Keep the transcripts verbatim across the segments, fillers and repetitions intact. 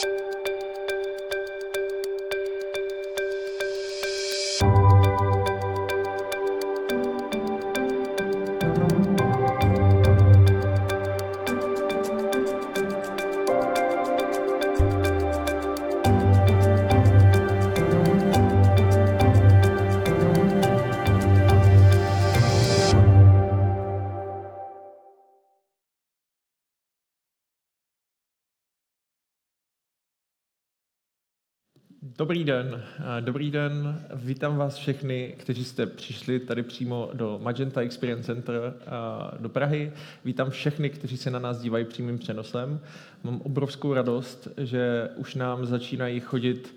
Dobrý den, dobrý den, vítám vás všechny, kteří jste přišli tady přímo do Magenta Experience Center do Prahy. Vítám všechny, kteří se na nás dívají přímým přenosem. Mám obrovskou radost, že už nám začínají chodit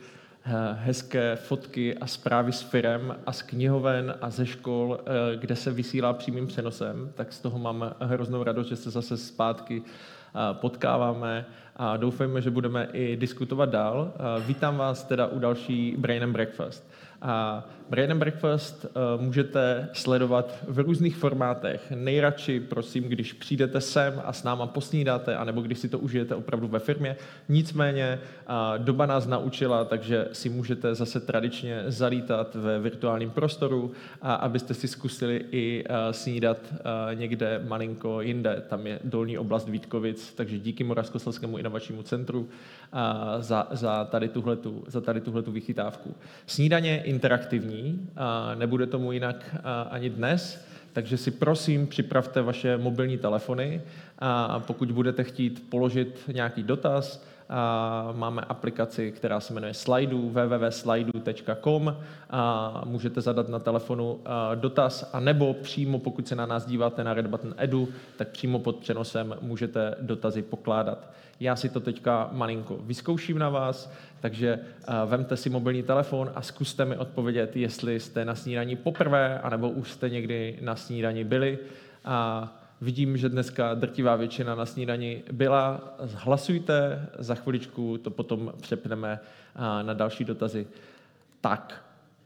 hezké fotky a zprávy z firem a z knihoven a ze škol, kde se vysílá přímým přenosem. Tak z toho mám hroznou radost, že se zase zpátky potkáváme a doufejme, že budeme i diskutovat dál. Vítám vás teda u další Brain and Breakfast. A Brain and Breakfast můžete sledovat v různých formátech. Nejradši, prosím, když přijdete sem a s náma posnídáte, anebo když si to užijete opravdu ve firmě. Nicméně doba nás naučila, takže si můžete zase tradičně zalítat ve virtuálním prostoru, a abyste si zkusili i snídat někde malinko jinde. Tam je dolní oblast Vítkovic, takže díky Moravskoslezskému inovačnímu centru za, za tady tuhletu, za tady tuhletu vychytávku. Snídaně interaktivní, a nebude tomu jinak ani dnes, takže si prosím připravte vaše mobilní telefony a pokud budete chtít položit nějaký dotaz, a máme aplikaci, která se jmenuje Slido, w w w tečka slido tečka com, a můžete zadat na telefonu dotaz, a nebo přímo, pokud se na nás díváte na Red Button Edu, tak přímo pod přenosem můžete dotazy pokládat. Já si to teďka malinko vyzkouším na vás, takže vemte si mobilní telefon a zkuste mi odpovědět, jestli jste na snídani poprvé, anebo už jste někdy na snídani byli. A vidím, že dneska drtivá většina na snídani byla. Hlasujte, za chviličku to potom přepneme na další dotazy. Tak,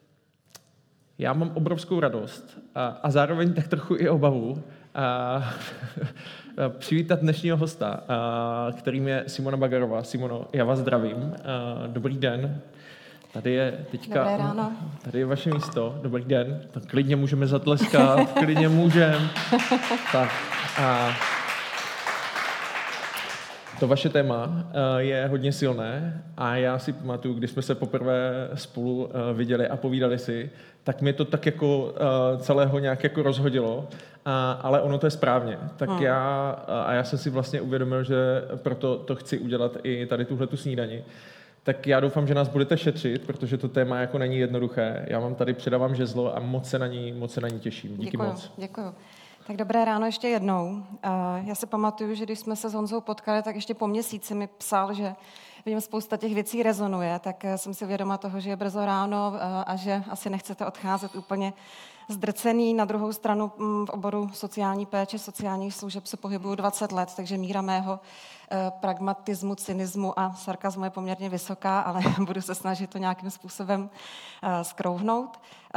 já mám obrovskou radost a, a zároveň tak trochu i obavu a, přivítat dnešního hosta, a, kterým je Simona Bagarová. Simono, já vás zdravím. A, dobrý den. Tady je teďka, Dobré ráno. Tady je vaše místo. Dobrý den. Tak klidně můžeme zatleskat, klidně můžeme. Tak a to vaše téma je hodně silné a já si pamatuju, když jsme se poprvé spolu viděli a povídali si, tak mě to tak jako celého nějak jako rozhodilo, ale ono to je správně. Tak hmm. já, a já jsem si vlastně uvědomil, že proto to chci udělat i tady tuhletu snídani. Tak já doufám, že nás budete šetřit, protože to téma jako není jednoduché. Já vám tady předávám žezlo a moc se na ní, moc se na ní těším. Díky děkuju, moc. Děkuju. Tak dobré ráno ještě jednou. Já si pamatuju, že když jsme se s Honzou potkali, tak ještě po měsíci mi psal, že v něm spousta těch věcí rezonuje, tak jsem si vědoma toho, že je brzo ráno a že asi nechcete odcházet úplně zdrcený. Na druhou stranu v oboru sociální péče, sociálních služeb se pohybuju dvacet let, takže míra mého pragmatismu, cynismu a sarkazmu je poměrně vysoká, ale budu se snažit to nějakým způsobem zkrouhnout.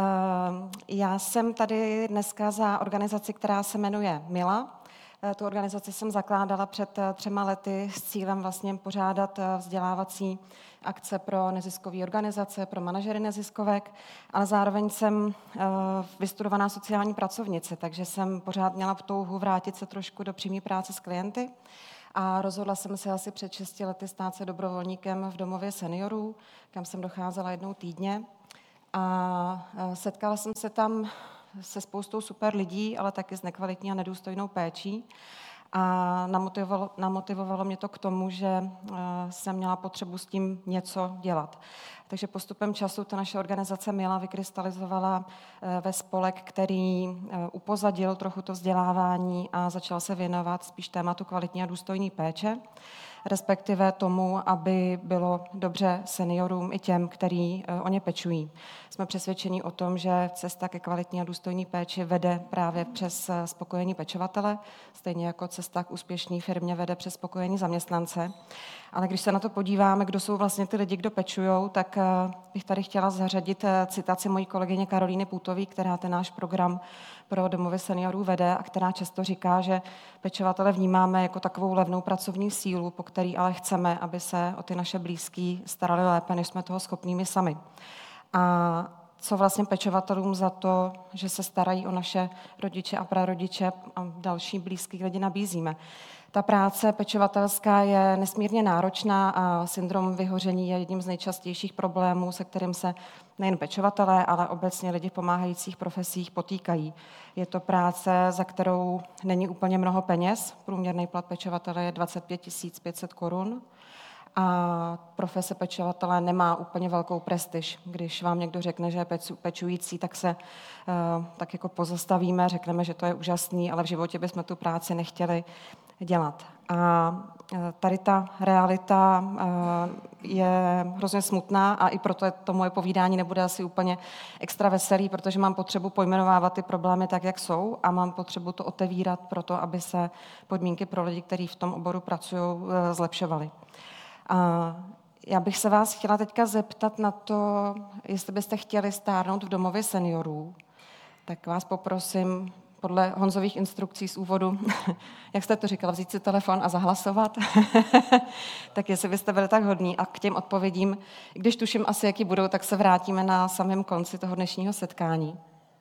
Já jsem tady dneska za organizaci, která se jmenuje Mila. Tu organizaci jsem zakládala před třema lety s cílem vlastně pořádat vzdělávací akce pro neziskové organizace, pro manažery neziskovek, ale zároveň jsem vystudovaná sociální pracovnice, takže jsem pořád měla touhu vrátit se trošku do přímé práce s klienty a rozhodla jsem se asi před šesti lety stát se dobrovolníkem v domově seniorů, kam jsem docházela jednou týdně a setkala jsem se tam se spoustou super lidí, ale taky s nekvalitní a nedůstojnou péčí. A namotivovalo, namotivovalo mě to k tomu, že uh, jsem měla potřebu s tím něco dělat. Takže postupem času ta naše organizace Mila vykrystalizovala uh, ve spolek, který uh, upozadil trochu to vzdělávání a začal se věnovat spíš tématu kvalitní a důstojné péče, respektive tomu, aby bylo dobře seniorům i těm, který uh, o ně pečují. Jsme přesvědčeni o tom, že cesta ke kvalitní a důstojné péči vede právě přes uh, spokojení pečovatele, stejně jako cesta k úspěšné firmě vede přes spokojení zaměstnance. Ale když se na to podíváme, kdo jsou vlastně ty lidi, kdo pečujou, tak bych tady chtěla zařadit citaci mojí kolegyně Karolíny Půtové, která ten náš program pro domovy seniorů vede a která často říká, že pečovatele vnímáme jako takovou levnou pracovní sílu, po který ale chceme, aby se o ty naše blízký starali lépe, než jsme toho schopnými sami. A co vlastně pečovatelům za to, že se starají o naše rodiče a prarodiče a další blízký lidi nabízíme. Ta práce pečovatelská je nesmírně náročná a syndrom vyhoření je jedním z nejčastějších problémů, se kterým se nejen pečovatelé, ale obecně lidi v pomáhajících profesích potýkají. Je to práce, za kterou není úplně mnoho peněz. Průměrný plat pečovatele je dvacet pět tisíc pět set korun. A profese pečovatele nemá úplně velkou prestiž. Když vám někdo řekne, že je pečující, tak se uh, tak jako pozastavíme, řekneme, že to je úžasný, ale v životě bychom tu práci nechtěli dělat. A uh, tady ta realita uh, je hrozně smutná a i proto to moje povídání nebude asi úplně extra veselý, protože mám potřebu pojmenovávat ty problémy tak, jak jsou a mám potřebu to otevírat proto, aby se podmínky pro lidi, kteří v tom oboru pracují, uh, zlepšovaly. A já bych se vás chtěla teďka zeptat na to, jestli byste chtěli stárnout v domově seniorů, tak vás poprosím podle Honzových instrukcí z úvodu, jak jste to říkala, vzít si telefon a zahlasovat, tak jestli byste byli tak hodní a k těm odpovědím, když tuším asi, jaký budou, tak se vrátíme na samém konci toho dnešního setkání.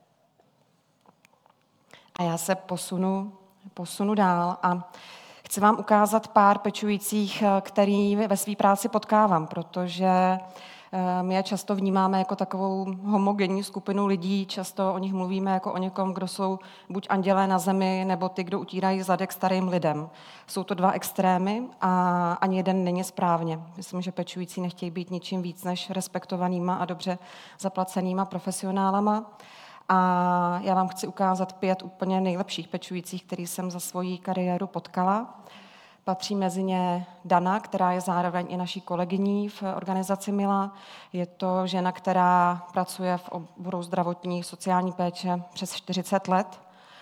A já se posunu, posunu dál a chci vám ukázat pár pečujících, který ve své práci potkávám, protože my je často vnímáme jako takovou homogenní skupinu lidí, často o nich mluvíme jako o někom, kdo jsou buď andělé na zemi, nebo ty, kdo utírají zadek starým lidem. Jsou to dva extrémy a ani jeden není správně. Myslím, že pečující nechtějí být ničím víc než respektovanýma a dobře zaplacenýma profesionálama. A já vám chci ukázat pět úplně nejlepších pečujících, který jsem za svoji kariéru potkala. Patří mezi ně Dana, která je zároveň i naší kolegyní v organizaci Mila. Je to žena, která pracuje v oboru zdravotní sociální péče přes čtyřicet let.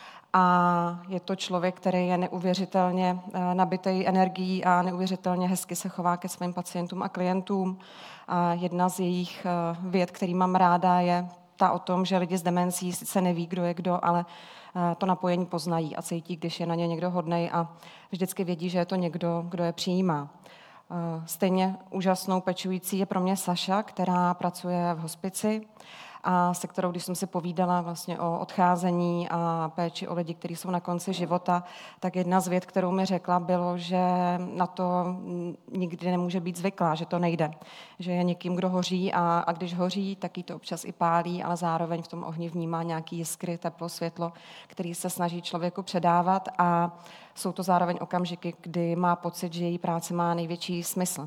A je to člověk, který je neuvěřitelně nabitý energií a neuvěřitelně hezky se chová ke svým pacientům a klientům. A jedna z jejich vět, který mám ráda, je ta o tom, že lidi s demencí sice neví, kdo je kdo, ale to napojení poznají a cítí, když je na ně někdo hodnej a vždycky vědí, že je to někdo, kdo je přijímá. Stejně úžasnou pečující je pro mě Saša, která pracuje v hospici a se kterou, když jsem si povídala vlastně o odcházení a péči o lidi, kteří jsou na konci života, tak jedna z vět, kterou mi řekla, bylo, že na to nikdy nemůže být zvyklá, že to nejde. Že je někým, kdo hoří a, a když hoří, tak jí to občas i pálí, ale zároveň v tom ohni vnímá nějaký jiskry, teplo, světlo, který se snaží člověku předávat a jsou to zároveň okamžiky, kdy má pocit, že její práce má největší smysl.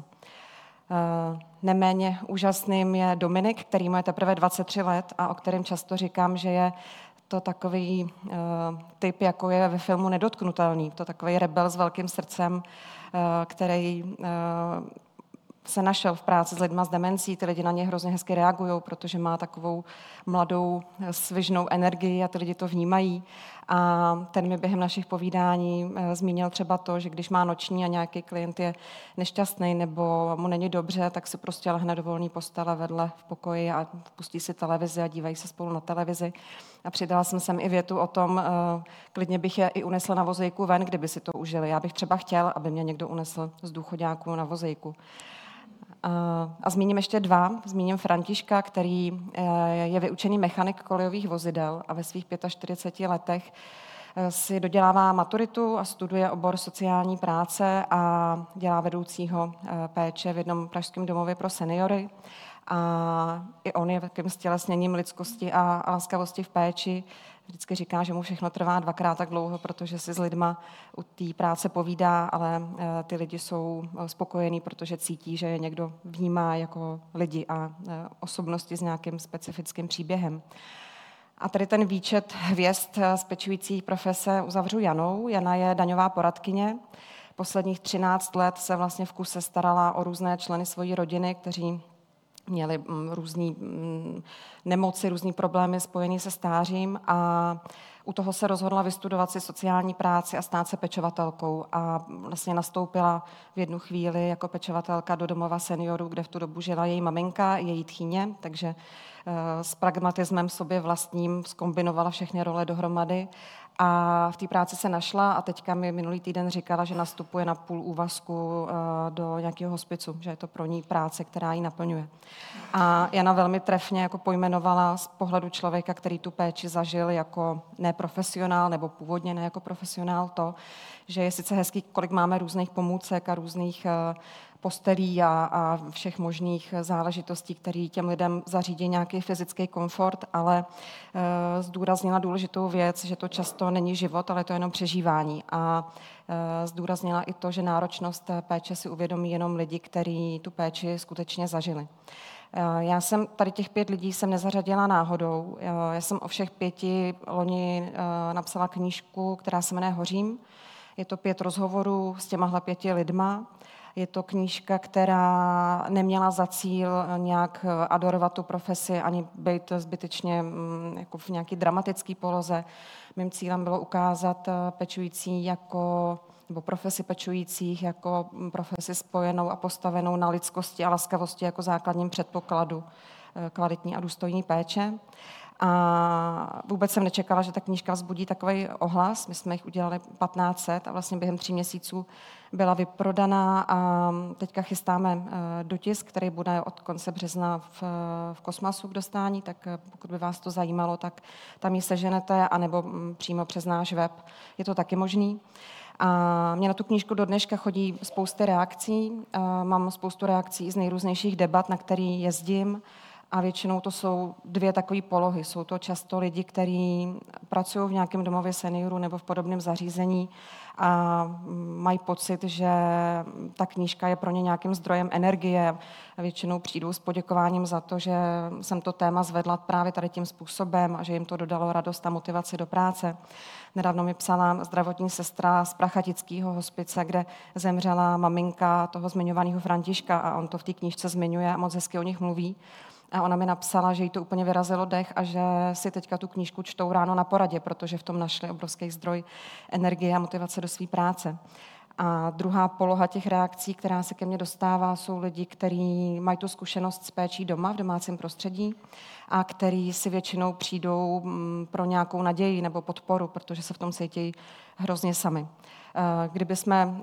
Neméně úžasným je Dominik, který má teprve dvacet tři let a o kterém často říkám, že je to takový uh, typ, jako je ve filmu Nedotknutelný. To takový rebel s velkým srdcem, uh, který uh, se našel v práci s lidma s demencí. Ty lidi na ně hrozně hezky reagují, protože má takovou mladou, svižnou energii a ty lidi to vnímají. A ten mi během našich povídání e, zmínil třeba to, že když má noční a nějaký klient je nešťastný nebo mu není dobře, tak si prostě lehne do volné postele vedle v pokoji a pustí si televizi a dívají se spolu na televizi. A přidala jsem sem i větu o tom, e, klidně bych je i unesla na vozejku ven, kdyby si to užili. Já bych třeba chtěl, aby mě někdo unesl z důchoďáku na vozejku. A zmíním ještě dva. Zmíním Františka, který je vyučený mechanik kolejových vozidel a ve svých čtyřiceti pěti letech si dodělává maturitu a studuje obor sociální práce a dělá vedoucího péče v jednom pražském domově pro seniory. A i on je takým stělesněním lidskosti a laskavosti v péči. Vždycky říká, že mu všechno trvá dvakrát tak dlouho, protože si s lidma u té práce povídá, ale ty lidi jsou spokojení, protože cítí, že je někdo vnímá jako lidi a osobnosti s nějakým specifickým příběhem. A tady ten výčet hvězd z pečující profese uzavřu Janou. Jana je daňová poradkyně. Posledních třináct let se vlastně v kuse starala o různé členy své rodiny, kteří měli různé nemoci, různé problémy spojené se stářím a u toho se rozhodla vystudovat si sociální práci a stát se pečovatelkou a vlastně nastoupila v jednu chvíli jako pečovatelka do domova seniorů, kde v tu dobu žila její maminka, její tchýně, takže s pragmatismem sobě vlastním zkombinovala všechny role dohromady a v té práci se našla a teďka mi minulý týden říkala, že nastupuje na půl úvazku do nějakého hospicu, že je to pro ní práce, která ji naplňuje. A Jana velmi trefně jako pojmenovala z pohledu člověka, který tu péči zažil jako neprofesionál nebo původně ne jako profesionál to, že je sice hezký, kolik máme různých pomůcek a různých postelí a, a všech možných záležitostí, které těm lidem zařídí nějaký fyzický komfort, ale e, zdůraznila důležitou věc, že to často není život, ale to je jenom přežívání. A e, zdůraznila i to, že náročnost péče si uvědomí jenom lidi, kteří tu péči skutečně zažili. E, já jsem tady těch pět lidí jsem nezařadila náhodou. E, já jsem o všech pěti loni e, napsala knížku, která se jmenuje Hořím. Je to pět rozhovorů s těmahle pěti lidma. Je to knížka, která neměla za cíl nějak adorovat tu profesi, ani být zbytečně jako v nějaké dramatické poloze. Mým cílem bylo ukázat pečující jako, nebo profesi pečujících jako profesi spojenou a postavenou na lidskosti a laskavosti jako základním předpokladu kvalitní a důstojní péče. A vůbec jsem nečekala, že ta knížka vzbudí takový ohlas. My jsme jich udělali patnáct set a vlastně během tří měsíců byla vyprodaná a teďka chystáme dotisk, který bude od konce března v, v Kosmasu k dostání, tak pokud by vás to zajímalo, tak tam ji seženete, anebo přímo přes náš web. Je to taky možný. A mě na tu knížku do dneška chodí spousty reakcí. Mám spoustu reakcí z nejrůznějších debat, na který jezdím. A většinou to jsou dvě takové polohy. Jsou to často lidi, kteří pracují v nějakém domově seniorů nebo v podobném zařízení a mají pocit, že ta knížka je pro ně nějakým zdrojem energie. A většinou přijdou s poděkováním za to, že jsem to téma zvedla právě tady tím způsobem a že jim to dodalo radost a motivaci do práce. Nedávno mi psala zdravotní sestra z prachatického hospice, kde zemřela maminka toho zmiňovaného Františka a on to v té knížce zmiňuje a moc hezky o nich mluví. A ona mi napsala, že jí to úplně vyrazilo dech a že si teďka tu knížku čtou ráno na poradě, protože v tom našli obrovský zdroj energie a motivace do své práce. A druhá poloha těch reakcí, která se ke mně dostává, jsou lidi, kteří mají tu zkušenost s péčí doma, v domácím prostředí a kteří si většinou přijdou pro nějakou naději nebo podporu, protože se v tom cítí hrozně sami. Kdyby jsme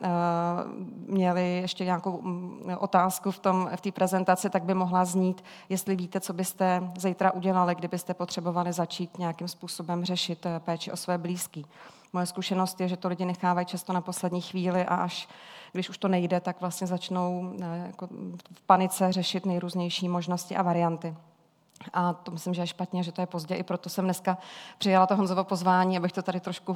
měli ještě nějakou otázku v tom, v té prezentaci, tak by mohla znít, jestli víte, co byste zítra udělali, kdybyste potřebovali začít nějakým způsobem řešit péči o své blízký. Moje zkušenost je, že to lidi nechávají často na poslední chvíli a až když už to nejde, tak vlastně začnou jako v panice řešit nejrůznější možnosti a varianty. A to myslím, že je špatně, že to je pozdě. I proto jsem dneska přijala to Honzovo pozvání, abych to tady trošku,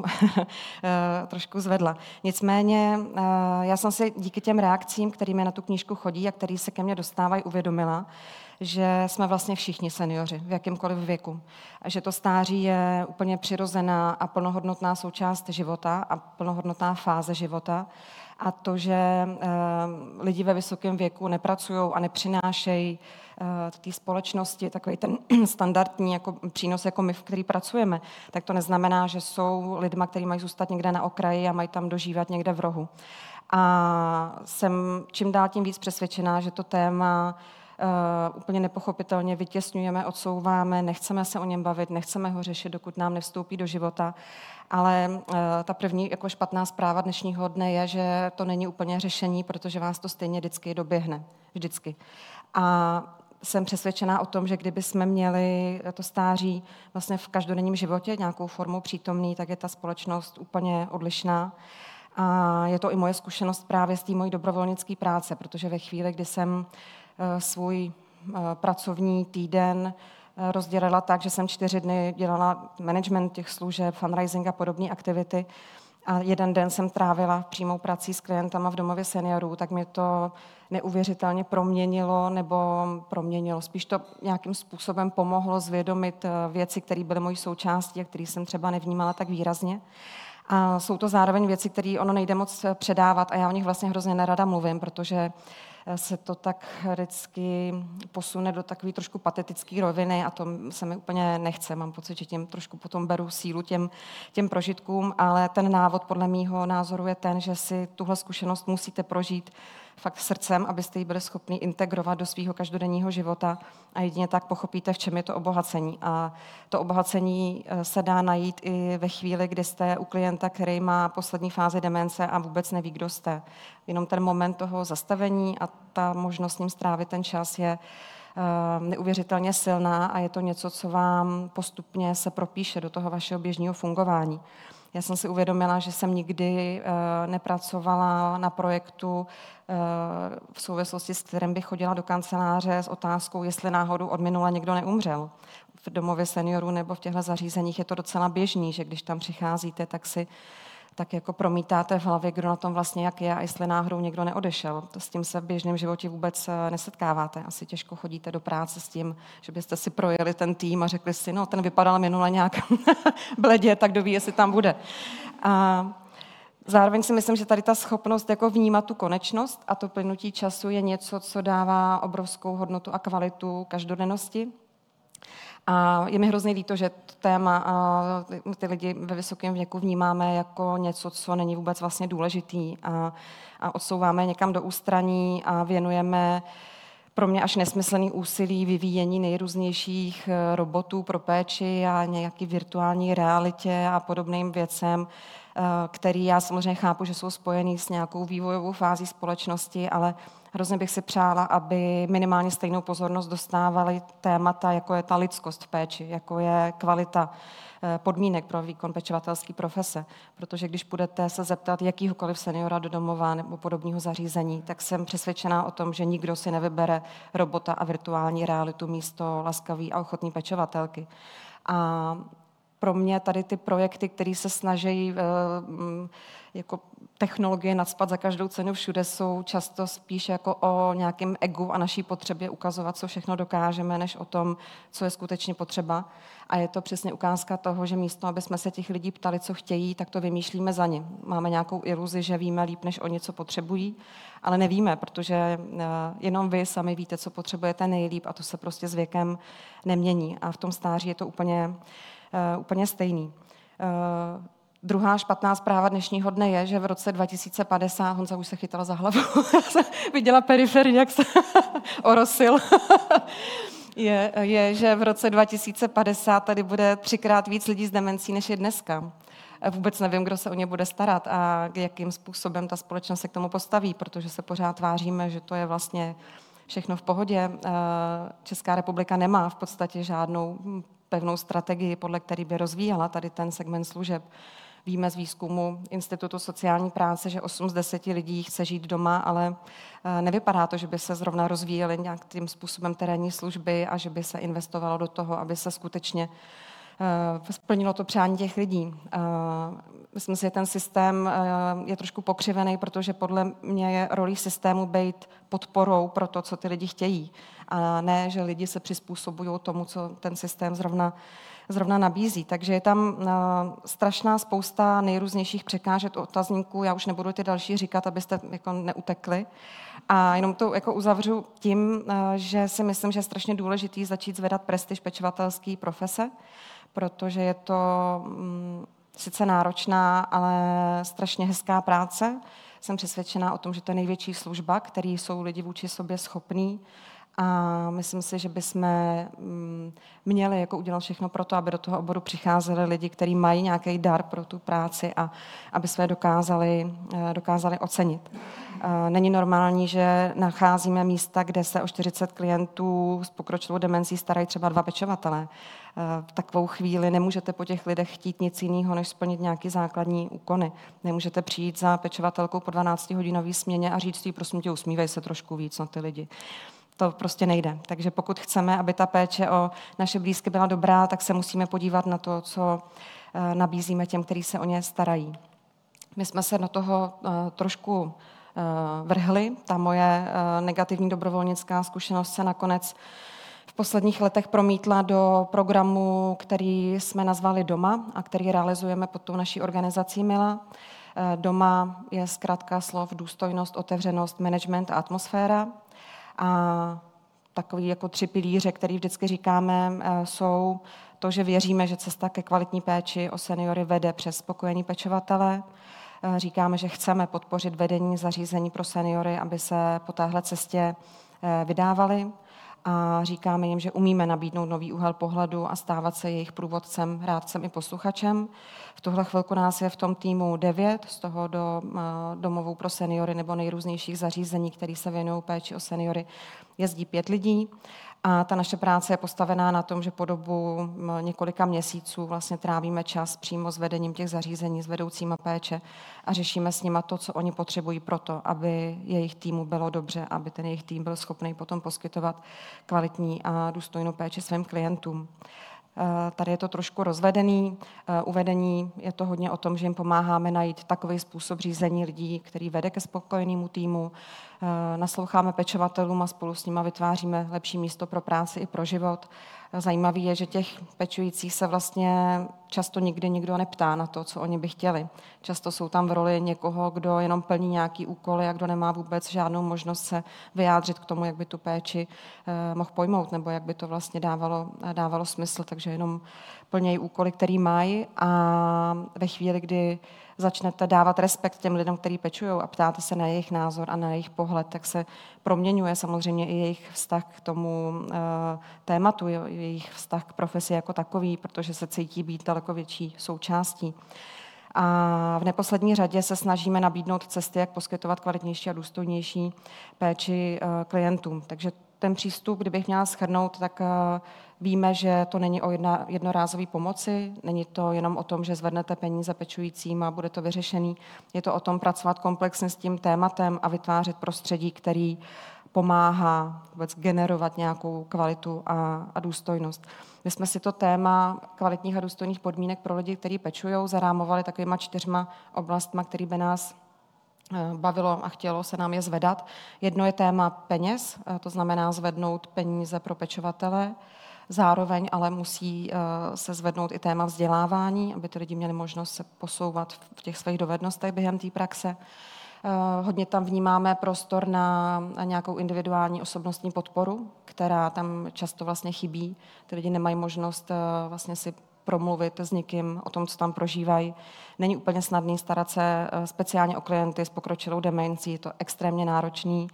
trošku zvedla. Nicméně já jsem si díky těm reakcím, kterými na tu knížku chodí a který se ke mně dostávají, uvědomila, že jsme vlastně všichni seniori v jakýmkoliv věku. A že to stáří je úplně přirozená a plnohodnotná součást života a plnohodnotná fáze života. A to, že e, lidi ve vysokém věku nepracují a nepřinášejí e, té společnosti takový ten standardní jako přínos, jako my, v který pracujeme, tak to neznamená, že jsou lidma, kteří mají zůstat někde na okraji a mají tam dožívat někde v rohu. A jsem čím dál tím víc přesvědčená, že to téma Uh, úplně nepochopitelně vytěsňujeme, odsouváme, nechceme se o něm bavit, nechceme ho řešit, dokud nám nevstoupí do života. Ale uh, ta první jako špatná zpráva dnešního dne je, že to není úplně řešení, protože vás to stejně vždycky doběhne. Vždycky. A jsem přesvědčená o tom, že kdyby jsme měli to stáří vlastně v každodenním životě nějakou formou přítomný, tak je ta společnost úplně odlišná. A je to i moje zkušenost právě z té mojí dobrovolnické práce, protože ve chvíli, kdy jsem svůj pracovní týden rozdělila tak, že jsem čtyři dny dělala management těch služeb, fundraising a podobné aktivity a jeden den jsem trávila přímou prací s klientama v domově seniorů, tak mě to neuvěřitelně proměnilo, nebo proměnilo, spíš to nějakým způsobem pomohlo zvědomit věci, které byly mojí součástí a které jsem třeba nevnímala tak výrazně. A jsou to zároveň věci, které ono nejde moc předávat a já o nich vlastně hrozně nerada mluvím, protože se to tak vždycky posune do takové trošku patetické roviny a to se mi úplně nechce. Mám pocit, že tím trošku potom beru sílu těm, těm prožitkům, ale ten návod podle mýho názoru je ten, že si tuhle zkušenost musíte prožít fakt srdcem, abyste ji byli schopni integrovat do svého každodenního života a jedině tak pochopíte, v čem je to obohacení. A to obohacení se dá najít i ve chvíli, kdy jste u klienta, který má poslední fázi demence a vůbec neví, kdo jste. Jenom ten moment toho zastavení a ta možnost s ním strávit ten čas je neuvěřitelně silná a je to něco, co vám postupně se propíše do toho vašeho běžného fungování. Já jsem si uvědomila, že jsem nikdy uh, nepracovala na projektu uh, v souvislosti s kterým bych chodila do kanceláře s otázkou, jestli náhodou od minula někdo neumřel. V domově seniorů nebo v těchto zařízeních je to docela běžný, že když tam přicházíte, tak si tak jako promítáte v hlavě, kdo na tom vlastně jak je a jestli náhodou někdo neodešel. To s tím se v běžném životě vůbec nesetkáváte. Asi těžko chodíte do práce s tím, že byste si projeli ten tým a řekli si, no ten vypadal minule nějak bledě, tak kdo ví, jestli tam bude. A zároveň si myslím, že tady ta schopnost jako vnímat tu konečnost a to plynutí času je něco, co dává obrovskou hodnotu a kvalitu každodennosti. A je mi hrozně líto, že to téma a ty lidi ve vysokém věku vnímáme jako něco, co není vůbec vlastně důležitý a, a odsouváme někam do ústraní a věnujeme pro mě až nesmyslný úsilí vyvíjení nejrůznějších robotů pro péči a nějaký virtuální realitě a podobným věcem, který já samozřejmě chápu, že jsou spojený s nějakou vývojovou fází společnosti, ale hrozně bych si přála, aby minimálně stejnou pozornost dostávaly témata, jako je ta lidskost v péči, jako je kvalita podmínek pro výkon pečovatelské profese. Protože když budete se zeptat jakýhokoliv seniora do domova nebo podobného zařízení, tak jsem přesvědčená o tom, že nikdo si nevybere robota a virtuální realitu místo laskavý a ochotný pečovatelky. A pro mě tady ty projekty, které se snaží jako technologie nacpat za každou cenu všude, jsou často spíš jako o nějakém egu a naší potřebě ukazovat, co všechno dokážeme, než o tom, co je skutečně potřeba. A je to přesně ukázka toho, že místo, aby jsme se těch lidí ptali, co chtějí, tak to vymýšlíme za ně. Máme nějakou iluzi, že víme líp, než oni, co potřebují, ale nevíme, protože jenom vy sami víte, co potřebujete nejlíp a to se prostě s věkem nemění. A v tom stáří je to úplně, uh, úplně stejný. Uh, Druhá špatná zpráva dnešního dne je, že v roce dva tisíce padesát, Honza už se chytala za hlavu, viděla periferii, jak se orosil, je, je, že v roce dva tisíce padesát tady bude třikrát víc lidí s demencí, než je dneska. Vůbec nevím, kdo se o ně bude starat a jakým způsobem ta společnost se k tomu postaví, protože se pořád tváříme, že to je vlastně všechno v pohodě. Česká republika nemá v podstatě žádnou pevnou strategii, podle které by rozvíjela tady ten segment služeb. Víme z výzkumu Institutu sociální práce, že osm z deseti lidí chce žít doma, ale nevypadá to, že by se zrovna rozvíjely nějakým způsobem terénní služby a že by se investovalo do toho, aby se skutečně splnilo to přání těch lidí. Myslím si, že ten systém je trošku pokřivený, protože podle mě je rolí systému být podporou pro to, co ty lidi chtějí. A ne, že lidi se přizpůsobují tomu, co ten systém zrovna, zrovna nabízí. Takže je tam strašná spousta nejrůznějších překážek, otazníků. Já už nebudu ty další říkat, abyste jako neutekli. A jenom to jako uzavřu tím, že si myslím, že je strašně důležitý začít zvedat prestiž pečovatelské profese, protože je to mm, sice náročná, ale strašně hezká práce. Jsem přesvědčená o tom, že to je největší služba, který jsou lidi vůči sobě schopní. A myslím si, že bychom mm, měli jako udělat všechno pro to, aby do toho oboru přicházeli lidi, kteří mají nějaký dar pro tu práci a aby své dokázali, dokázali ocenit. Není normální, že nacházíme místa, kde se o čtyřicet klientů s pokročilou demencí starají třeba dva pečovatelé. V takovou chvíli nemůžete po těch lidech chtít nic jiného, než splnit nějaké základní úkony. Nemůžete přijít za pečovatelkou po dvanáctihodinové směně a říct jí, prosím tě, usmívej se trošku víc na ty lidi. To prostě nejde. Takže pokud chceme, aby ta péče o naše blízké byla dobrá, tak se musíme podívat na to, co nabízíme těm, kteří se o ně starají. My jsme se do toho trošku vrhli. Ta moje negativní dobrovolnická zkušenost se nakonec v posledních letech promítla do programu, který jsme nazvali Doma a který realizujeme pod tou naší organizací Mila. Doma je zkrátka slov důstojnost, otevřenost, management a atmosféra. A takový jako tři pilíře, který vždycky říkáme, jsou to, že věříme, že cesta ke kvalitní péči o seniory vede přes spokojený pečovatele. Říkáme, že chceme podpořit vedení zařízení pro seniory, aby se po téhle cestě vydávali. A říkáme jim, že umíme nabídnout nový úhel pohledu a stávat se jejich průvodcem, rádcem i posluchačem. V tuhle chvilku nás je v tom týmu devět, z toho do domovů pro seniory nebo nejrůznějších zařízení, které se věnují péči o seniory, jezdí pět lidí. A ta naše práce je postavená na tom, že po dobu několika měsíců vlastně trávíme čas přímo s vedením těch zařízení, s vedoucíma péče a řešíme s nima to, co oni potřebují pro to, aby jejich týmu bylo dobře, aby ten jejich tým byl schopný potom poskytovat kvalitní a důstojnou péči svým klientům. Tady je to trošku rozvedený. Uvedení je to hodně o tom, že jim pomáháme najít takový způsob řízení lidí, který vede ke spokojenému týmu. Nasloucháme pečovatelům a spolu s nimi vytváříme lepší místo pro práci i pro život. Zajímavý je, že těch pečujících se vlastně často nikdy nikdo neptá na to, co oni by chtěli. Často jsou tam v roli někoho, kdo jenom plní nějaký úkoly a kdo nemá vůbec žádnou možnost se vyjádřit k tomu, jak by tu péči eh, mohl pojmout, nebo jak by to vlastně dávalo, dávalo smysl. Takže jenom plnějí úkoly, který mají, a ve chvíli, kdy začnete dávat respekt těm lidem, kteří pečují, a ptáte se na jejich názor a na jejich pohled, tak se proměňuje samozřejmě i jejich vztah k tomu uh, tématu, jejich vztah k profesi jako takový, protože se cítí být daleko větší součástí. A v neposlední řadě se snažíme nabídnout cesty, jak poskytovat kvalitnější a důstojnější péči uh, klientům. Takže ten přístup, kdybych měla shrnout, tak uh, víme, že to není o jedna, jednorázové pomoci, není to jenom o tom, že zvednete peníze pečujícím a bude to vyřešený. Je to o tom pracovat komplexně s tím tématem a vytvářet prostředí, který pomáhá vůbec generovat nějakou kvalitu a, a důstojnost. My jsme si to téma kvalitních a důstojných podmínek pro lidi, kteří pečují, zarámovali takovýma čtyřma oblastma, který by nás bavilo a chtělo se nám je zvedat. Jedno je téma peněz, to znamená zvednout peníze pro pečovatele. Zároveň ale musí se zvednout i téma vzdělávání, aby ty lidi měli možnost se posouvat v těch svých dovednostech během té praxe. Hodně tam vnímáme prostor na nějakou individuální osobnostní podporu, která tam často vlastně chybí. Ty lidi nemají možnost vlastně si promluvit s někým o tom, co tam prožívají. Není úplně snadný starat se speciálně o klienty s pokročilou demencí, je to extrémně náročný.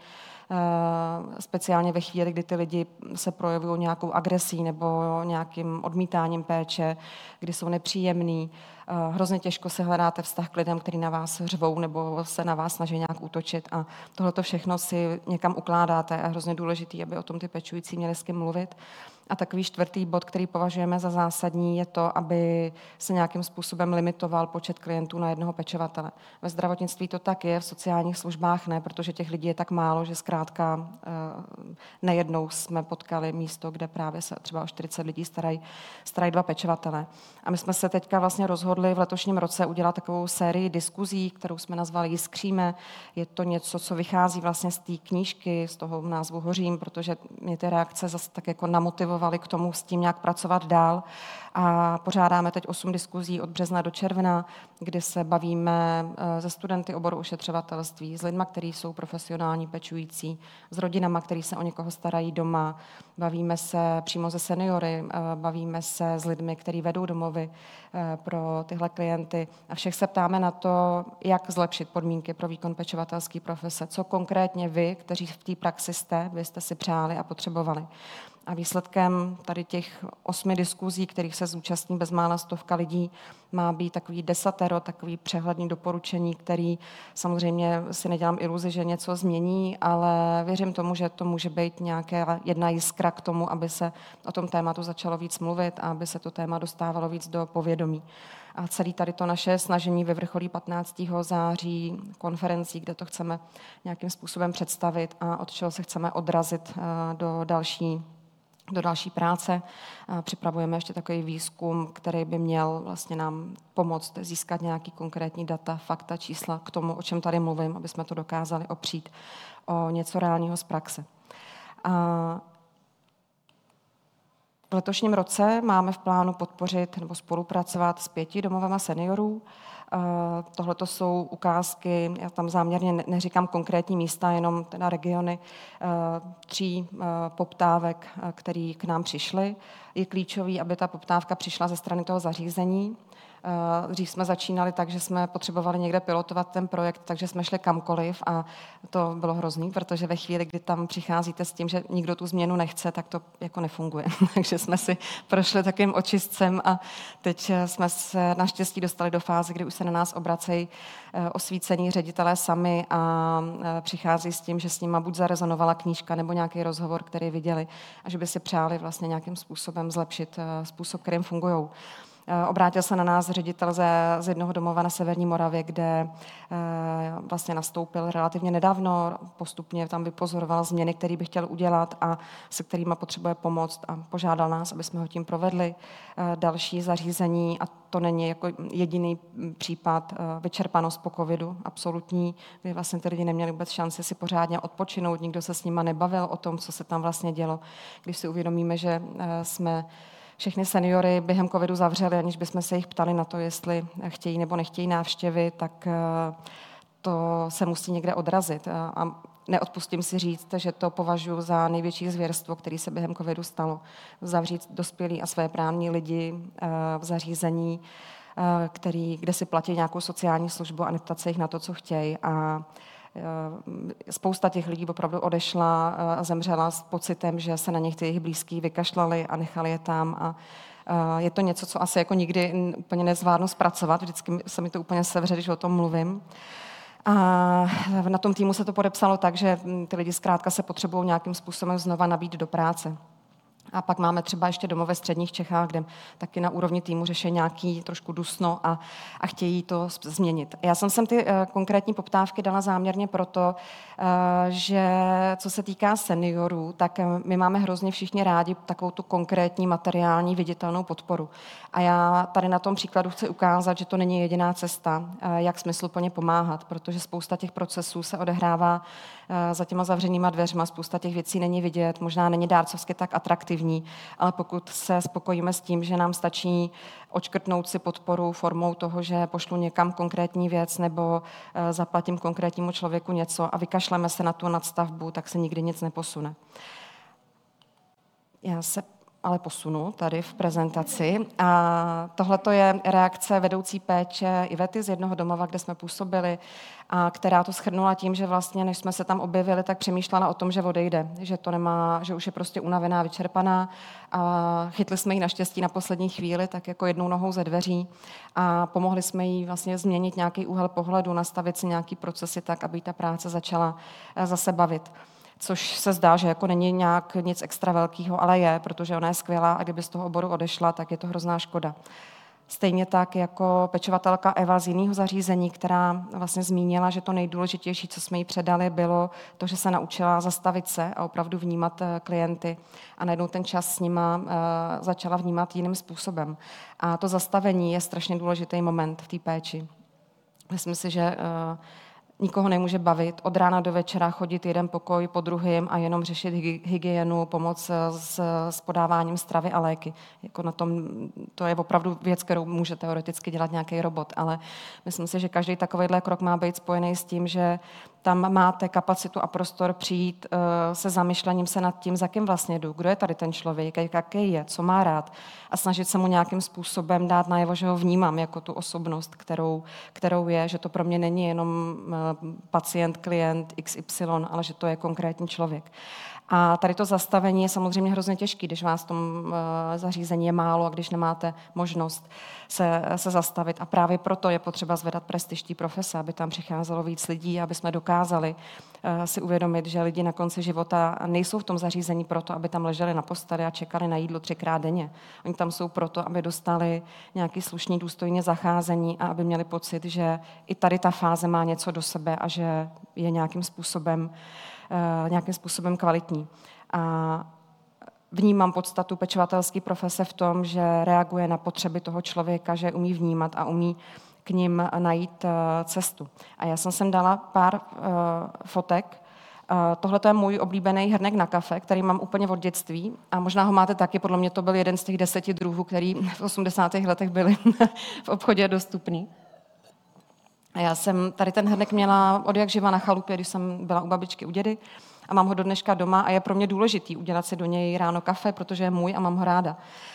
Speciálně ve chvíli, kdy ty lidi se projevují nějakou agresí nebo nějakým odmítáním péče, kdy jsou nepříjemný. Hrozně těžko se hledáte vztah k lidem, kteří na vás řvou nebo se na vás snaží nějak útočit, a tohleto všechno si někam ukládáte a hrozně důležitý, aby o tom ty pečující měli s kým mluvit. A takový čtvrtý bod, který považujeme za zásadní, je to, aby se nějakým způsobem limitoval počet klientů na jednoho pečovatele. Ve zdravotnictví to tak je, v sociálních službách ne, protože těch lidí je tak málo, že zkrátka nejednou jsme potkali místo, kde právě se třeba o čtyřicet lidí starají, starají dva pečovatele. A my jsme se teďka vlastně rozhodli v letošním roce udělat takovou sérii diskuzí, kterou jsme nazvali Jiskříme. Je to něco, co vychází vlastně z té knížky, z toho názvu Hořím, protože mě ty reakce zase tak jako namotivovaly k tomu s tím nějak pracovat dál. A pořádáme teď osm diskuzí od března do června, kdy se bavíme se studenty oboru ošetřovatelství, s lidmi, kteří jsou profesionální pečující, s rodinama, kteří se o někoho starají doma, bavíme se přímo se seniory, bavíme se s lidmi, kteří vedou domovy pro tyhle klienty, a všech se ptáme na to, jak zlepšit podmínky pro výkon pečovatelské profese, co konkrétně vy, kteří v té praxi jste, vy jste si přáli a potřebovali. A výsledkem tady těch osmi diskuzí, kterých se zúčastní bezmála stovka lidí, má být takový desatero, takový přehledný doporučení, který samozřejmě si nedělám iluzi, že něco změní, ale věřím tomu, že to může být nějaká jedna jiskra k tomu, aby se o tom tématu začalo víc mluvit a aby se to téma dostávalo víc do povědomí. A celý tady to naše snažení vyvrcholí patnáctého září konferencí, kde to chceme nějakým způsobem představit a od čeho se chceme odrazit do další do další práce. Připravujeme ještě takový výzkum, který by měl vlastně nám pomoct získat nějaký konkrétní data, fakta, čísla k tomu, o čem tady mluvím, aby jsme to dokázali opřít o něco reálního z praxe. A V letošním roce máme v plánu podpořit nebo spolupracovat s pěti domovama seniorů. Tohle to jsou ukázky, já tam záměrně neříkám konkrétní místa, jenom teda regiony tří poptávek, které k nám přišly. Je klíčový, aby ta poptávka přišla ze strany toho zařízení. Dřív jsme začínali tak, že jsme potřebovali někde pilotovat ten projekt, takže jsme šli kamkoliv a to bylo hrozný, protože ve chvíli, kdy tam přicházíte s tím, že nikdo tu změnu nechce, tak to jako nefunguje. Takže jsme si prošli takovým očistcem a teď jsme se naštěstí dostali do fáze, kdy už se na nás obracejí osvícení ředitelé sami a přichází s tím, že s nima buď zarezonovala knížka nebo nějaký rozhovor, který viděli a že by si přáli vlastně nějakým způsobem zlepšit způsob, kterým fungují. Obrátil se na nás ředitel ze, z jednoho domova na Severní Moravě, kde e, vlastně nastoupil relativně nedávno, postupně tam vypozoroval změny, které by chtěl udělat a se kterými potřebuje pomoct a požádal nás, aby jsme ho tím provedli. E, další zařízení, a to není jako jediný případ, e, vyčerpanost po covidu, absolutní, kdy vlastně ty lidi neměli vůbec šanci si pořádně odpočinout, nikdo se s nima nebavil o tom, co se tam vlastně dělo. Když si uvědomíme, že e, jsme všechny seniory během covidu zavřeli, aniž bychom se jich ptali na to, jestli chtějí nebo nechtějí návštěvy, tak to se musí někde odrazit. A neodpustím si říct, že to považuji za největší zvěrstvo, které se během covidu stalo. Zavřít dospělí a svéprávní lidi v zařízení, který, kde si platí nějakou sociální službu a neptat se jich na to, co chtějí. A spousta těch lidí opravdu odešla a zemřela s pocitem, že se na ně ty jejich blízký vykašlali a nechali je tam. A je to něco, co asi jako nikdy úplně nezvládnu zpracovat. Vždycky se mi to úplně sevře, když o tom mluvím. A na tom týmu se to podepsalo tak, že ty lidi zkrátka se potřebují nějakým způsobem znova nabít do práce. A pak máme třeba ještě domov ve středních Čechách, kde taky na úrovni týmu řeší nějaký trošku dusno a, a chtějí to změnit. Já jsem sem ty uh, konkrétní poptávky dala záměrně proto, uh, že co se týká seniorů, tak my máme hrozně všichni rádi takovou tu konkrétní materiální viditelnou podporu. A já tady na tom příkladu chci ukázat, že to není jediná cesta, uh, jak smysluplně pomáhat, protože spousta těch procesů se odehrává uh, za těma zavřenýma dveřma, spousta těch věcí není vidět, možná není dárcovsky tak atraktivní, ale pokud se spokojíme s tím, že nám stačí odškrtnout si podporu formou toho, že pošlu někam konkrétní věc nebo zaplatím konkrétnímu člověku něco a vykašleme se na tu nadstavbu, tak se nikdy nic neposune. Já se ale posunu tady v prezentaci. A tohle je reakce vedoucí péče Ivety z jednoho domova, kde jsme působili, a která to shrnula tím, že vlastně, než jsme se tam objevili, tak přemýšlela o tom, že odejde, že to nemá, že už je prostě unavená, vyčerpaná. A chytli jsme ji naštěstí na poslední chvíli, tak jako jednou nohou ze dveří a pomohli jsme jí vlastně změnit nějaký úhel pohledu, nastavit si nějaký procesy tak, aby ta práce začala zase bavit. Což se zdá, že jako není nějak nic extra velkého, ale je, protože ona je skvělá a kdyby z toho oboru odešla, tak je to hrozná škoda. Stejně tak jako pečovatelka Eva z jiného zařízení, která vlastně zmínila, že to nejdůležitější, co jsme jí předali, bylo to, že se naučila zastavit se a opravdu vnímat klienty a najednou ten čas s nima začala vnímat jiným způsobem. A to zastavení je strašně důležitý moment v té péči. Myslím si, že nikoho nemůže bavit od rána do večera chodit jeden pokoj po druhém a jenom řešit hygienu, pomoc s, s podáváním stravy a léky. Jako na tom, to je opravdu věc, kterou může teoreticky dělat nějaký robot, ale myslím si, že každý takovýhle krok má být spojený s tím, že tam máte kapacitu a prostor přijít uh, se zamyšlením se nad tím, za kým vlastně jdu, kdo je tady ten člověk, jaký je, co má rád a snažit se mu nějakým způsobem dát najevo, že ho vnímám jako tu osobnost, kterou, kterou je, že to pro mě není jenom uh, pacient, klient iks ypsilon, ale že to je konkrétní člověk. A tady to zastavení je samozřejmě hrozně těžké, když vás v tom uh, zařízení je málo a když nemáte možnost se, se zastavit. A právě proto je potřeba zvedat prestiž té profese, aby tam přicházelo víc lidí, aby jsme dokázali uh, si uvědomit, že lidi na konci života nejsou v tom zařízení proto, aby tam leželi na posteli a čekali na jídlo třikrát denně. Oni tam jsou proto, aby dostali nějaký slušný, důstojně zacházení a aby měli pocit, že i tady ta fáze má něco do sebe a že je nějakým způsobem nějakým způsobem kvalitní. A vnímám podstatu pečovatelské profese v tom, že reaguje na potřeby toho člověka, že umí vnímat a umí k nim najít cestu. A já jsem sem dala pár fotek Tohle je můj oblíbený hrnek na kafe, který mám úplně od dětství a možná ho máte taky, podle mě to byl jeden z těch deseti druhů, který v osmdesátých letech byly v obchodě dostupný. A já jsem tady ten hrnek měla od jak živa na chalupě, když jsem byla u babičky, u dědy a mám ho do dneška doma a je pro mě důležitý udělat si do něj ráno kafe, protože je můj a mám ho ráda.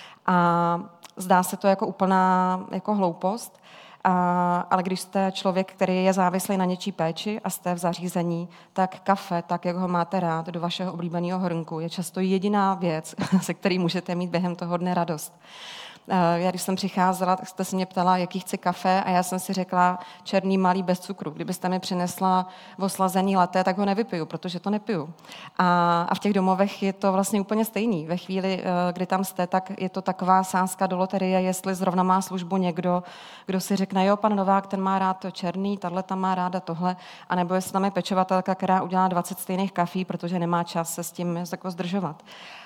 A zdá se to jako úplná jako hloupost, a, ale když jste člověk, který je závislý na něčí péči a jste v zařízení, tak kafe, tak jak ho máte rád, do vašeho oblíbeného hrnku, je často jediná věc, se který můžete mít během toho dne radost. Já když jsem přicházela, tak jste se mě ptala, jaký chci kafe a já jsem si řekla černý, malý, bez cukru. Kdybyste mi přinesla oslazený latte, tak ho nevypiju, protože to nepiju. A, a v těch domovech je to vlastně úplně stejný. Ve chvíli, kdy tam jste, tak je to taková sázka do loterie, jestli zrovna má službu někdo, kdo si řekne, jo, pan Novák, ten má rád to černý, tahle tam má ráda tohle, anebo jestli tam je pečovatelka, která udělá dvacet stejných kafí, protože nemá čas se s tím jako zdržovat.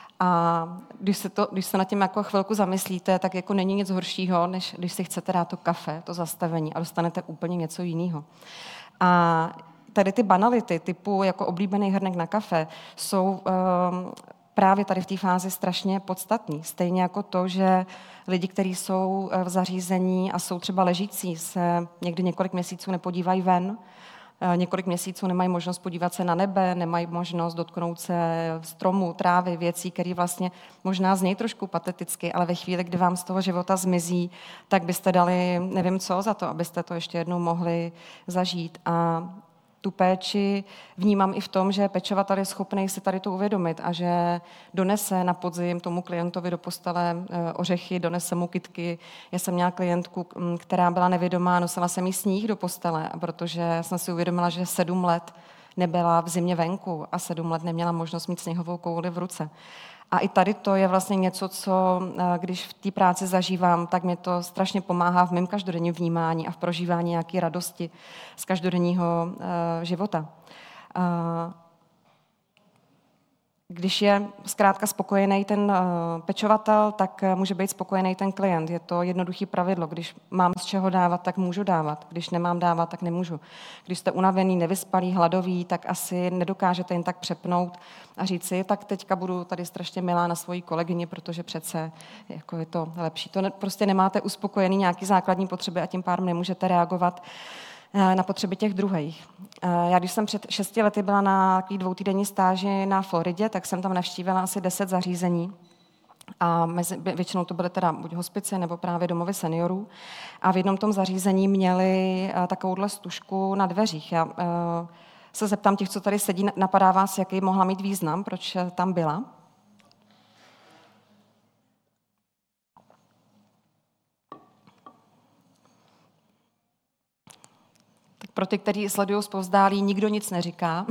A když se, to, když se nad tím jako chvilku zamyslíte, tak jako není nic horšího, než když si chcete dát to kafe, to zastavení a dostanete úplně něco jiného. A tady ty banality typu jako oblíbený hrnek na kafe jsou um, právě tady v té fázi strašně podstatný. Stejně jako to, že lidi, kteří jsou v zařízení a jsou třeba ležící, se někdy několik měsíců nepodívají ven, několik měsíců nemají možnost podívat se na nebe, nemají možnost dotknout se stromu, trávy, věcí, které vlastně možná znějí trošku pateticky, ale ve chvíli, kdy vám z toho života zmizí, tak byste dali nevím co za to, abyste to ještě jednou mohli zažít. A tu péči vnímám i v tom, že pečovatel je schopný si tady to uvědomit a že donese na podzim tomu klientovi do postele ořechy, donese mu kytky. Já jsem měla klientku, která byla nevědomá, nosila jsem jí sníh do postele, protože jsem si uvědomila, že sedm let nebyla v zimě venku a sedm let neměla možnost mít sněhovou kouli v ruce. A i tady to je vlastně něco, co když v té práci zažívám, tak mě to strašně pomáhá v mém každodenním vnímání a v prožívání nějaké radosti z každodenního uh, života. Uh, Když je zkrátka spokojený ten uh, pečovatel, tak uh, může být spokojený ten klient. Je to jednoduché pravidlo. Když mám z čeho dávat, tak můžu dávat. Když nemám dávat, tak nemůžu. Když jste unavený, nevyspalý, hladový, tak asi nedokážete jen tak přepnout a říct si, tak teďka budu tady strašně milá na svoji kolegyni, protože přece jako je to lepší. To ne, prostě nemáte uspokojený nějaký základní potřeby a tím pádem nemůžete reagovat na potřeby těch druhých. Já když jsem před šesti lety byla na dvoutýdenní stáži na Floridě, tak jsem tam navštívila asi deset zařízení. A mezi, většinou to byly teda buď hospice nebo právě domovy seniorů. A v jednom tom zařízení měli takovouhle stužku na dveřích. Já se zeptám těch, co tady sedí, napadá vás, jaký mohla mít význam, proč tam byla? Pro ty, kteří sledují zpovzdálí, nikdo nic neříká.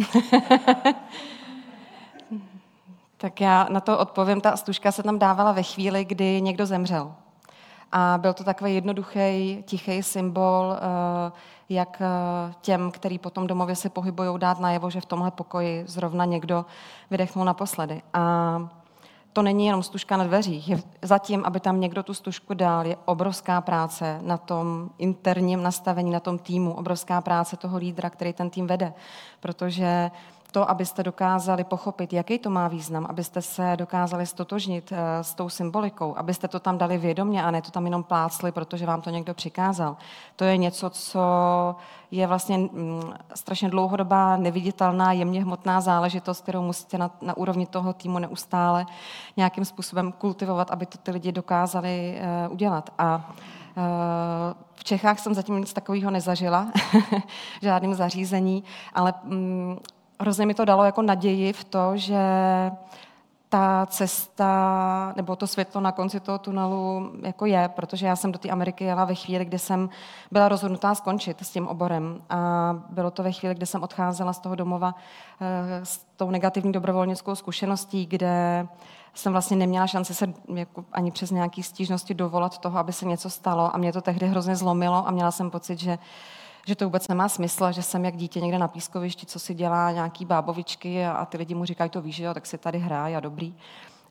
Tak já na to odpovím. Ta stužka se tam dávala ve chvíli, kdy někdo zemřel. A byl to takový jednoduchý, tichý symbol, jak těm, který potom domově se pohybují, dát najevo, že v tomhle pokoji zrovna někdo vydechnul naposledy. A to není jenom stužka na dveřích. Je zatím, aby tam někdo tu stužku dal, je obrovská práce na tom interním nastavení, na tom týmu, obrovská práce toho lídra, který ten tým vede. Protože to, abyste dokázali pochopit, jaký to má význam, abyste se dokázali stotožnit s tou symbolikou, abyste to tam dali vědomě a ne to tam jenom plácli, protože vám to někdo přikázal. To je něco, co je vlastně mm, strašně dlouhodobá, neviditelná, jemně hmotná záležitost, kterou musíte na, na úrovni toho týmu neustále nějakým způsobem kultivovat, aby to ty lidi dokázali uh, udělat. A uh, v Čechách jsem zatím nic takového nezažila, v žádném zařízení, ale mm, hrozně mi to dalo jako naději v to, že ta cesta nebo to světlo na konci toho tunelu jako je, protože já jsem do té Ameriky jela ve chvíli, kdy jsem byla rozhodnutá skončit s tím oborem. A bylo to ve chvíli, kdy jsem odcházela z toho domova s tou negativní dobrovolnickou zkušeností, kde jsem vlastně neměla šanci se jako ani přes nějaké stížnosti dovolat toho, aby se něco stalo. A mě to tehdy hrozně zlomilo a měla jsem pocit, že že to vůbec nemá smysl, že jsem jak dítě někde na pískovišti, co si dělá nějaký bábovičky a, a ty lidi mu říkají, to víš, jo, tak si tady hraje a dobrý.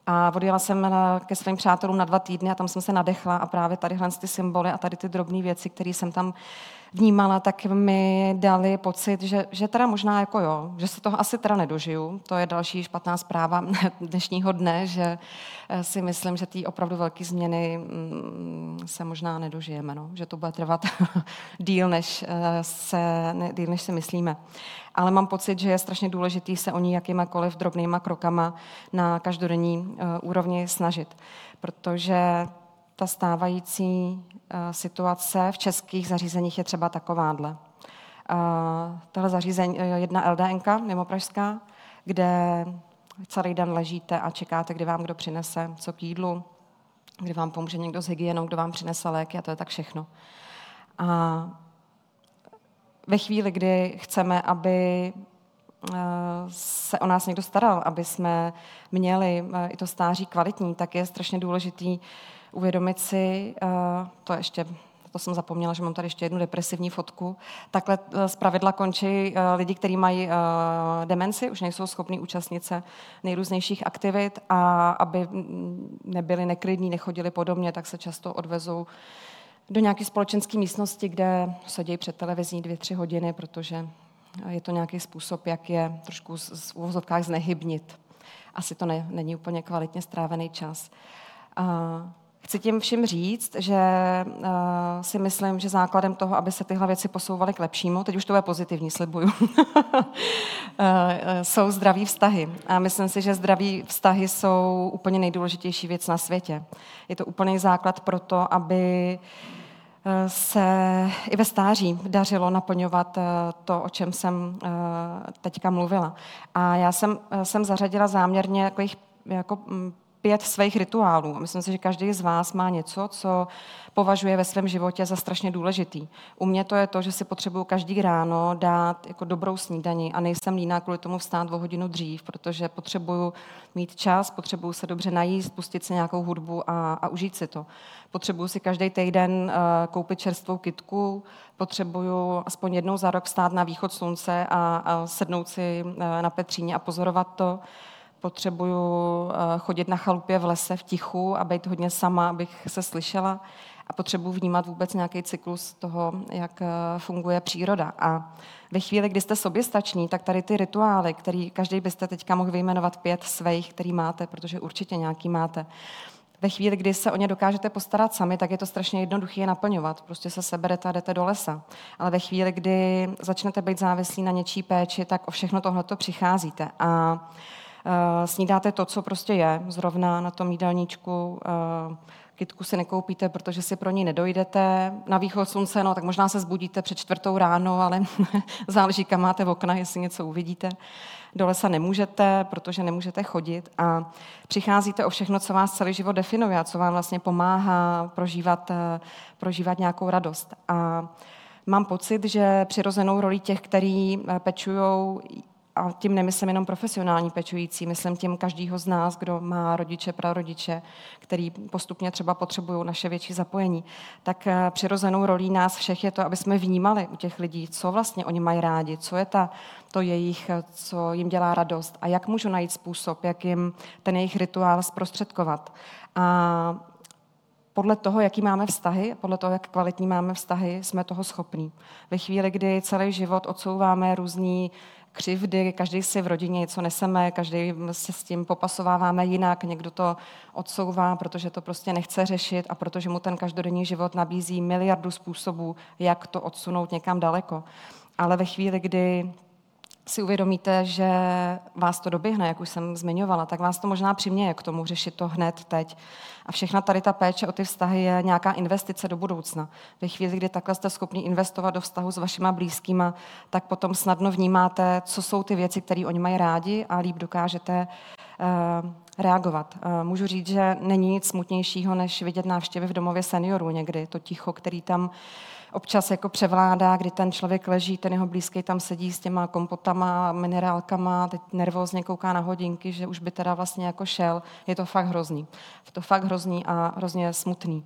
A odjela jsem ke svým přátelům na dva týdny a tam jsem se nadechla a právě tadyhle ty symboly a tady ty drobné věci, které jsem tam vnímala, tak mi dali pocit, že, že teda možná jako jo, že se toho asi teda nedožiju. To je další špatná zpráva dnešního dne, že si myslím, že ty opravdu velké změny se možná nedožijeme, no? Že to bude trvat díl, než, se, ne, díl, než si myslíme. Ale mám pocit, že je strašně důležitý se o ní jakýmakoliv drobnýma krokama na každodenní uh, úrovni snažit, protože ta stávající uh, situace v českých zařízeních je třeba takováhle. Uh, tohle zařízení je jedna el dé enka mimopražská, kde celý den ležíte a čekáte, kdy vám kdo přinese co k jídlu, kdy vám pomůže někdo s hygienou, kdo vám přinese léky a to je tak všechno. A ve chvíli, kdy chceme, aby se o nás někdo staral, aby jsme měli i to stáří kvalitní, tak je strašně důležitý uvědomit si, to ještě, to jsem zapomněla, že mám tady ještě jednu depresivní fotku, takhle zpravidla končí lidi, kteří mají demenci, už nejsou schopní účastnit se nejrůznějších aktivit a aby nebyli neklidní, nechodili podobně, tak se často odvezou do nějaké společenské místnosti, kde sedí před televizí dvě, tři hodiny, protože je to nějaký způsob, jak je trošku v uvozovkách znehybnit. Asi to ne, není úplně kvalitně strávený čas. A chci tím všem říct, že uh, si myslím, že základem toho, aby se tyhle věci posouvaly k lepšímu, teď už to je pozitivní, slibuju, uh, jsou zdraví vztahy. A myslím si, že zdraví vztahy jsou úplně nejdůležitější věc na světě. Je to úplný základ pro to, aby se i ve stáří dařilo naplňovat to, o čem jsem teďka mluvila. A já jsem, jsem zařadila záměrně jako, jich, jako pět svých rituálů. Myslím si, že každý z vás má něco, co považuje ve svém životě za strašně důležitý. U mě to je to, že si potřebuju každý ráno dát jako dobrou snídani a nejsem líná kvůli tomu vstát o hodinu dřív, protože potřebuju mít čas, potřebuju se dobře najíst, pustit si nějakou hudbu a, a užít si to. Potřebuju si každý týden uh, koupit čerstvou kytku, potřebuju aspoň jednou za rok vstát na východ slunce a, a sednout si uh, na Petříně a pozorovat to. Potřebuju chodit na chalupě v lese v tichu a být hodně sama, abych se slyšela a potřebuji vnímat vůbec nějaký cyklus toho, jak funguje příroda. A ve chvíli, kdy jste soběstační, tak tady ty rituály, který každý byste teďka mohl vyjmenovat pět svých, který máte, protože určitě nějaký máte. Ve chvíli, kdy se o ně dokážete postarat sami, tak je to strašně jednoduché je naplňovat. Prostě se seberete a jdete do lesa. Ale ve chvíli, kdy začnete být závislí na něčí péči, tak o všechno tohleto přicházíte. A Uh, snídáte to, co prostě je, zrovna na tom jídelníčku. Uh, kytku si nekoupíte, protože si pro ní nedojdete. Na východ slunce, no, tak možná se zbudíte před čtvrtou ráno, ale záleží, kam máte v okna, jestli něco uvidíte. Do lesa nemůžete, protože nemůžete chodit a přicházíte o všechno, co vás celý život definuje a co vám vlastně pomáhá prožívat, uh, prožívat nějakou radost. A mám pocit, že přirozenou roli těch, který pečujou, a tím nemyslím jenom profesionální pečující, myslím tím každýho z nás, kdo má rodiče, prarodiče, který postupně třeba potřebují naše větší zapojení, tak přirozenou rolí nás všech je to, aby jsme vnímali u těch lidí, co vlastně oni mají rádi, co je ta, to jejich, co jim dělá radost a jak můžu najít způsob, jak jim ten jejich rituál zprostředkovat. A podle toho, jaký máme vztahy, podle toho, jak kvalitní máme vztahy, jsme toho schopní. Ve chvíli, kdy celý život odsouváme různý křivdy, každý si v rodině něco neseme, každý se s tím popasováváme jinak, někdo to odsouvá, protože to prostě nechce řešit a protože mu ten každodenní život nabízí miliardu způsobů, jak to odsunout někam daleko. Ale ve chvíli, kdy si uvědomíte, že vás to doběhne, jak už jsem zmiňovala, tak vás to možná přiměje k tomu řešit to hned teď. A všechna tady ta péče o ty vztahy je nějaká investice do budoucna. Ve chvíli, kdy takhle jste schopni investovat do vztahu s vašima blízkýma, tak potom snadno vnímáte, co jsou ty věci, které oni mají rádi a líp dokážete uh, reagovat. Uh, můžu říct, že není nic smutnějšího, než vidět návštěvy v domově seniorů někdy. To ticho, který tam občas jako převládá, kdy ten člověk leží, ten jeho blízký tam sedí s těma kompotama, minerálkama, teď nervózně kouká na hodinky, že už by teda vlastně jako šel. Je to fakt hrozný. Je to fakt hrozný a hrozně smutný.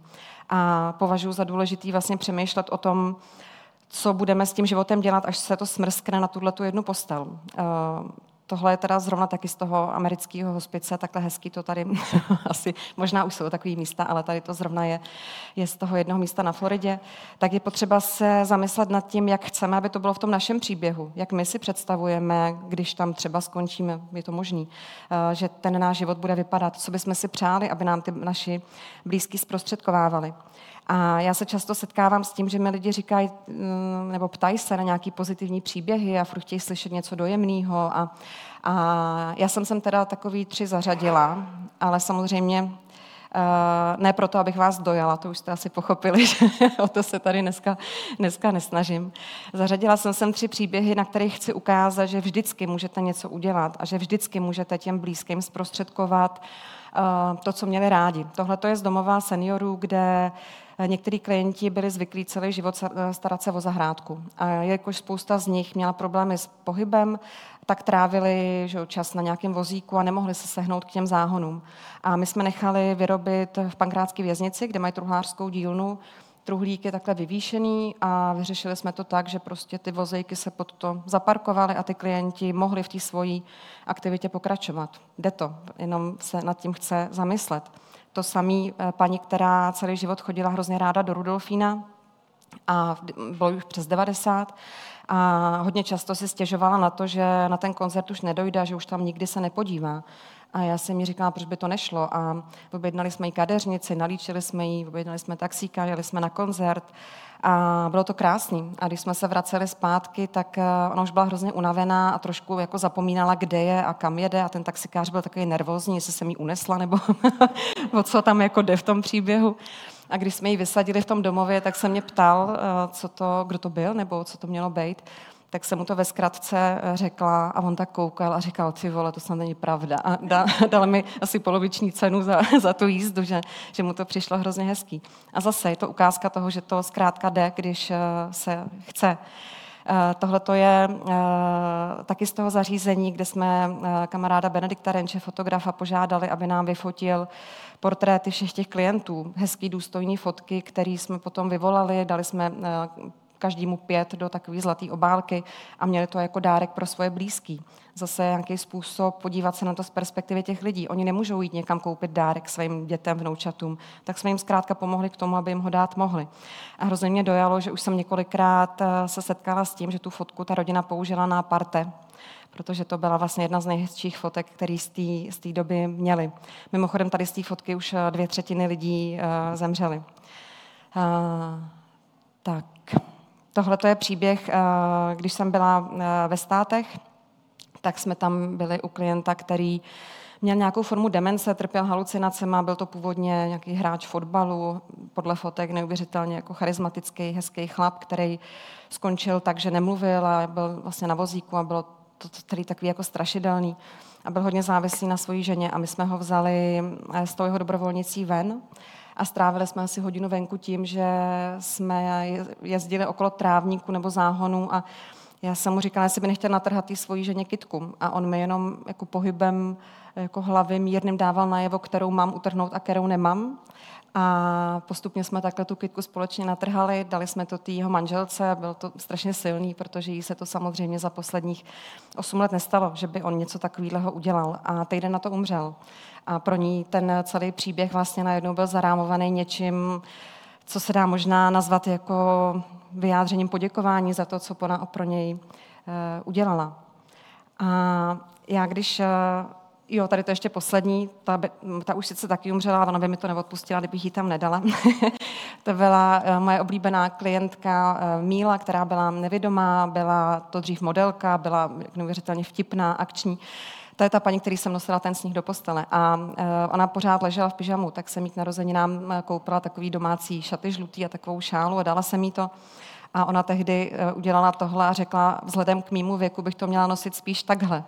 A považuji za důležitý vlastně přemýšlet o tom, co budeme s tím životem dělat, až se to smrskne na tuhletu jednu postel. tohle je teda zrovna taky z toho amerického hospice, takhle hezky to tady asi, možná už jsou takový místa, ale tady to zrovna je, je z toho jednoho místa na Floridě, tak je potřeba se zamyslet nad tím, jak chceme, aby to bylo v tom našem příběhu, jak my si představujeme, když tam třeba skončíme, je to možný, že ten náš život bude vypadat, co bychom si přáli, aby nám ty naši blízký zprostředkovávali. A já se často setkávám s tím, že mi lidi říkají nebo ptají se na nějaký pozitivní příběhy a furt chtějí slyšet něco dojemného. A, a já jsem sem teda takový tři zařadila, ale samozřejmě ne proto, abych vás dojala, to už jste asi pochopili, že o to se tady dneska, dneska nesnažím. Zařadila jsem sem tři příběhy, na kterých chci ukázat, že vždycky můžete něco udělat a že vždycky můžete těm blízkým zprostředkovat to, co měli rádi. Tohle to je z domova seniorů, kde některý klienti byli zvyklí celý život starat se o zahrádku. A jakož spousta z nich měla problémy s pohybem, tak trávili že, čas na nějakém vozíku a nemohli se sehnout k těm záhonům. A my jsme nechali vyrobit v Pankrácké věznici, kde mají truhlářskou dílnu, truhlík je takhle vyvýšený a vyřešili jsme to tak, že prostě ty vozejky se pod to zaparkovaly a ty klienti mohli v té svojí aktivitě pokračovat. Jde to, jenom se nad tím chce zamyslet. To samý paní, která celý život chodila hrozně ráda do Rudolfína a bylo už přes devadesát a hodně často si stěžovala na to, že na ten koncert už nedojde, že už tam nikdy se nepodívá. A já jsem mi říkala, proč by to nešlo. A objednali jsme jí kadeřnici, nalíčili jsme jí, objednali jsme taxíka, jeli jsme na koncert a bylo to krásný. A když jsme se vraceli zpátky, tak ona už byla hrozně unavená a trošku jako zapomínala, kde je a kam jede. A ten taxikář byl takový nervózní, jestli jsem jí unesla, nebo o co tam jako jde v tom příběhu. A když jsme ji vysadili v tom domově, tak se mě ptal, co to, kdo to byl, nebo co to mělo být. Tak jsem mu to ve zkratce řekla a on tak koukal a říkal, ty vole, to snad není pravda. A dal, dal mi asi poloviční cenu za, za tu jízdu, že, že mu to přišlo hrozně hezký. A zase je to ukázka toho, že to zkrátka jde, když se chce. Tohle to je taky z toho zařízení, kde jsme kamaráda Benedikta Renče, fotografa, požádali, aby nám vyfotil portréty všech těch klientů. Hezký, důstojný fotky, které jsme potom vyvolali, dali jsme každému pět do takové zlaté obálky a měli to jako dárek pro svoje blízký. Zase nějaký způsob podívat se na to z perspektivy těch lidí. Oni nemůžou jít někam koupit dárek svým dětem, vnoučatům, tak jsme jim zkrátka pomohli k tomu, aby jim ho dát mohli. A hrozně mě dojalo, že už jsem několikrát se setkala s tím, že tu fotku ta rodina použila na parte, protože to byla vlastně jedna z nejhezčích fotek, které z té doby měli. Mimochodem tady z té fotky už dvě třetiny lidí uh, zemřely. Uh, tak... Tohle to je příběh, když jsem byla ve Státech, tak jsme tam byli u klienta, který měl nějakou formu demence, trpěl halucinacema, byl to původně nějaký hráč fotbalu, podle fotek neuvěřitelně jako charismatický, hezký chlap, který skončil tak, že nemluvil a byl vlastně na vozíku a bylo to celý takový jako strašidelný a byl hodně závislý na svojí ženě a my jsme ho vzali s tou jeho dobrovolnicí ven. A strávili jsme asi hodinu venku tím, že jsme jezdili okolo trávníku nebo záhonu a já jsem mu říkala, jestli by nechtěl natrhat tý svojí ženě kytku. A on mi jenom jako pohybem jako hlavy mírným dával najevo, kterou mám utrhnout a kterou nemám. A postupně jsme takhle tu kytku společně natrhali, dali jsme to té jeho manželce, bylo to strašně silný, protože jí se to samozřejmě za posledních osm let nestalo, že by on něco takového udělal. A týden na to umřel. A pro ní ten celý příběh vlastně najednou byl zarámovaný něčím, co se dá možná nazvat jako vyjádřením poděkování za to, co ona pro něj udělala. A já když... Jo, tady to ještě poslední, ta, ta už sice taky umřela, ale ona by mi to neodpustila, kdybych ji tam nedala. To byla moje oblíbená klientka Míla, která byla nevědomá, byla to dřív modelka, byla neuvěřitelně vtipná, akční. To je ta paní, který jsem nosila ten sníh do postele. A ona pořád ležela v pyžamu, tak jsem jí k narozeninám koupila takový domácí šaty žlutý a takovou šálu a dala jsem jí to. A ona tehdy udělala tohle a řekla, vzhledem k mému věku bych to měla nosit spíš takhle.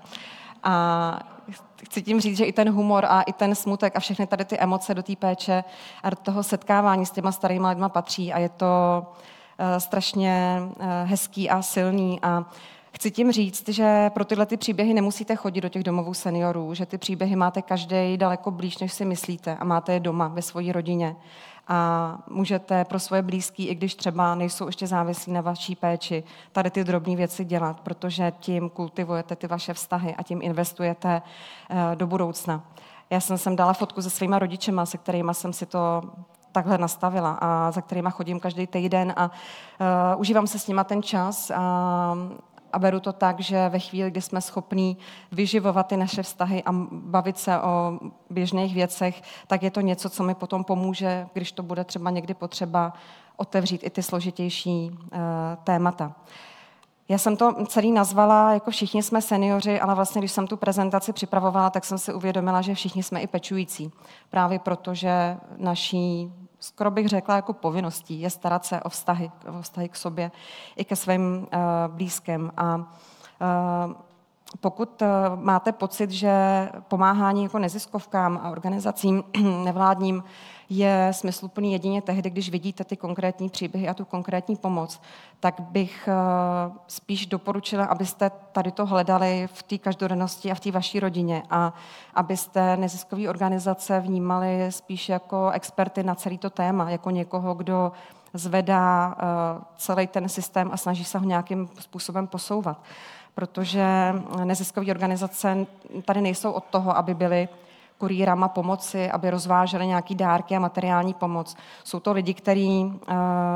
A chci tím říct, že i ten humor a i ten smutek a všechny tady ty emoce do té péče a do toho setkávání s těma starýma lidma patří a je to uh, strašně uh, hezký a silný a chci tím říct, že pro tyhle ty příběhy nemusíte chodit do těch domovů seniorů, že ty příběhy máte každý daleko blíž, než si myslíte a máte je doma ve své rodině. a můžete pro svoje blízký, i když třeba nejsou ještě závislí na vaší péči, tady ty drobné věci dělat, protože tím kultivujete ty vaše vztahy a tím investujete do budoucna. Já jsem sem dala fotku se svýma rodičema, se kterými jsem si to takhle nastavila a za kterýma chodím každý týden a uh, užívám se s nima ten čas a, a beru to tak, že ve chvíli, kdy jsme schopní vyživovat ty naše vztahy a bavit se o běžných věcech, tak je to něco, co mi potom pomůže, když to bude třeba někdy potřeba otevřít i ty složitější uh, témata. Já jsem to celý nazvala, jako všichni jsme seniori, ale vlastně, když jsem tu prezentaci připravovala, tak jsem si uvědomila, že všichni jsme i pečující. Právě proto, že naší, skoro bych řekla, jako povinností je starat se o vztahy, o vztahy k sobě i ke svým uh, blízkým. A uh, pokud uh, máte pocit, že pomáhání jako neziskovkám a organizacím nevládním je smysluplný jedině tehdy, když vidíte ty konkrétní příběhy a tu konkrétní pomoc, tak bych uh, spíš doporučila, abyste tady to hledali v té každodennosti a v té vaší rodině a abyste neziskové organizace vnímali spíš jako experty na celý to téma, jako někoho, kdo zvedá uh, celý ten systém a snaží se ho nějakým způsobem posouvat. Protože neziskové organizace tady nejsou od toho, aby byly kurýrama pomoci, aby rozváželi nějaký dárky a materiální pomoc. Jsou to lidi, kteří uh,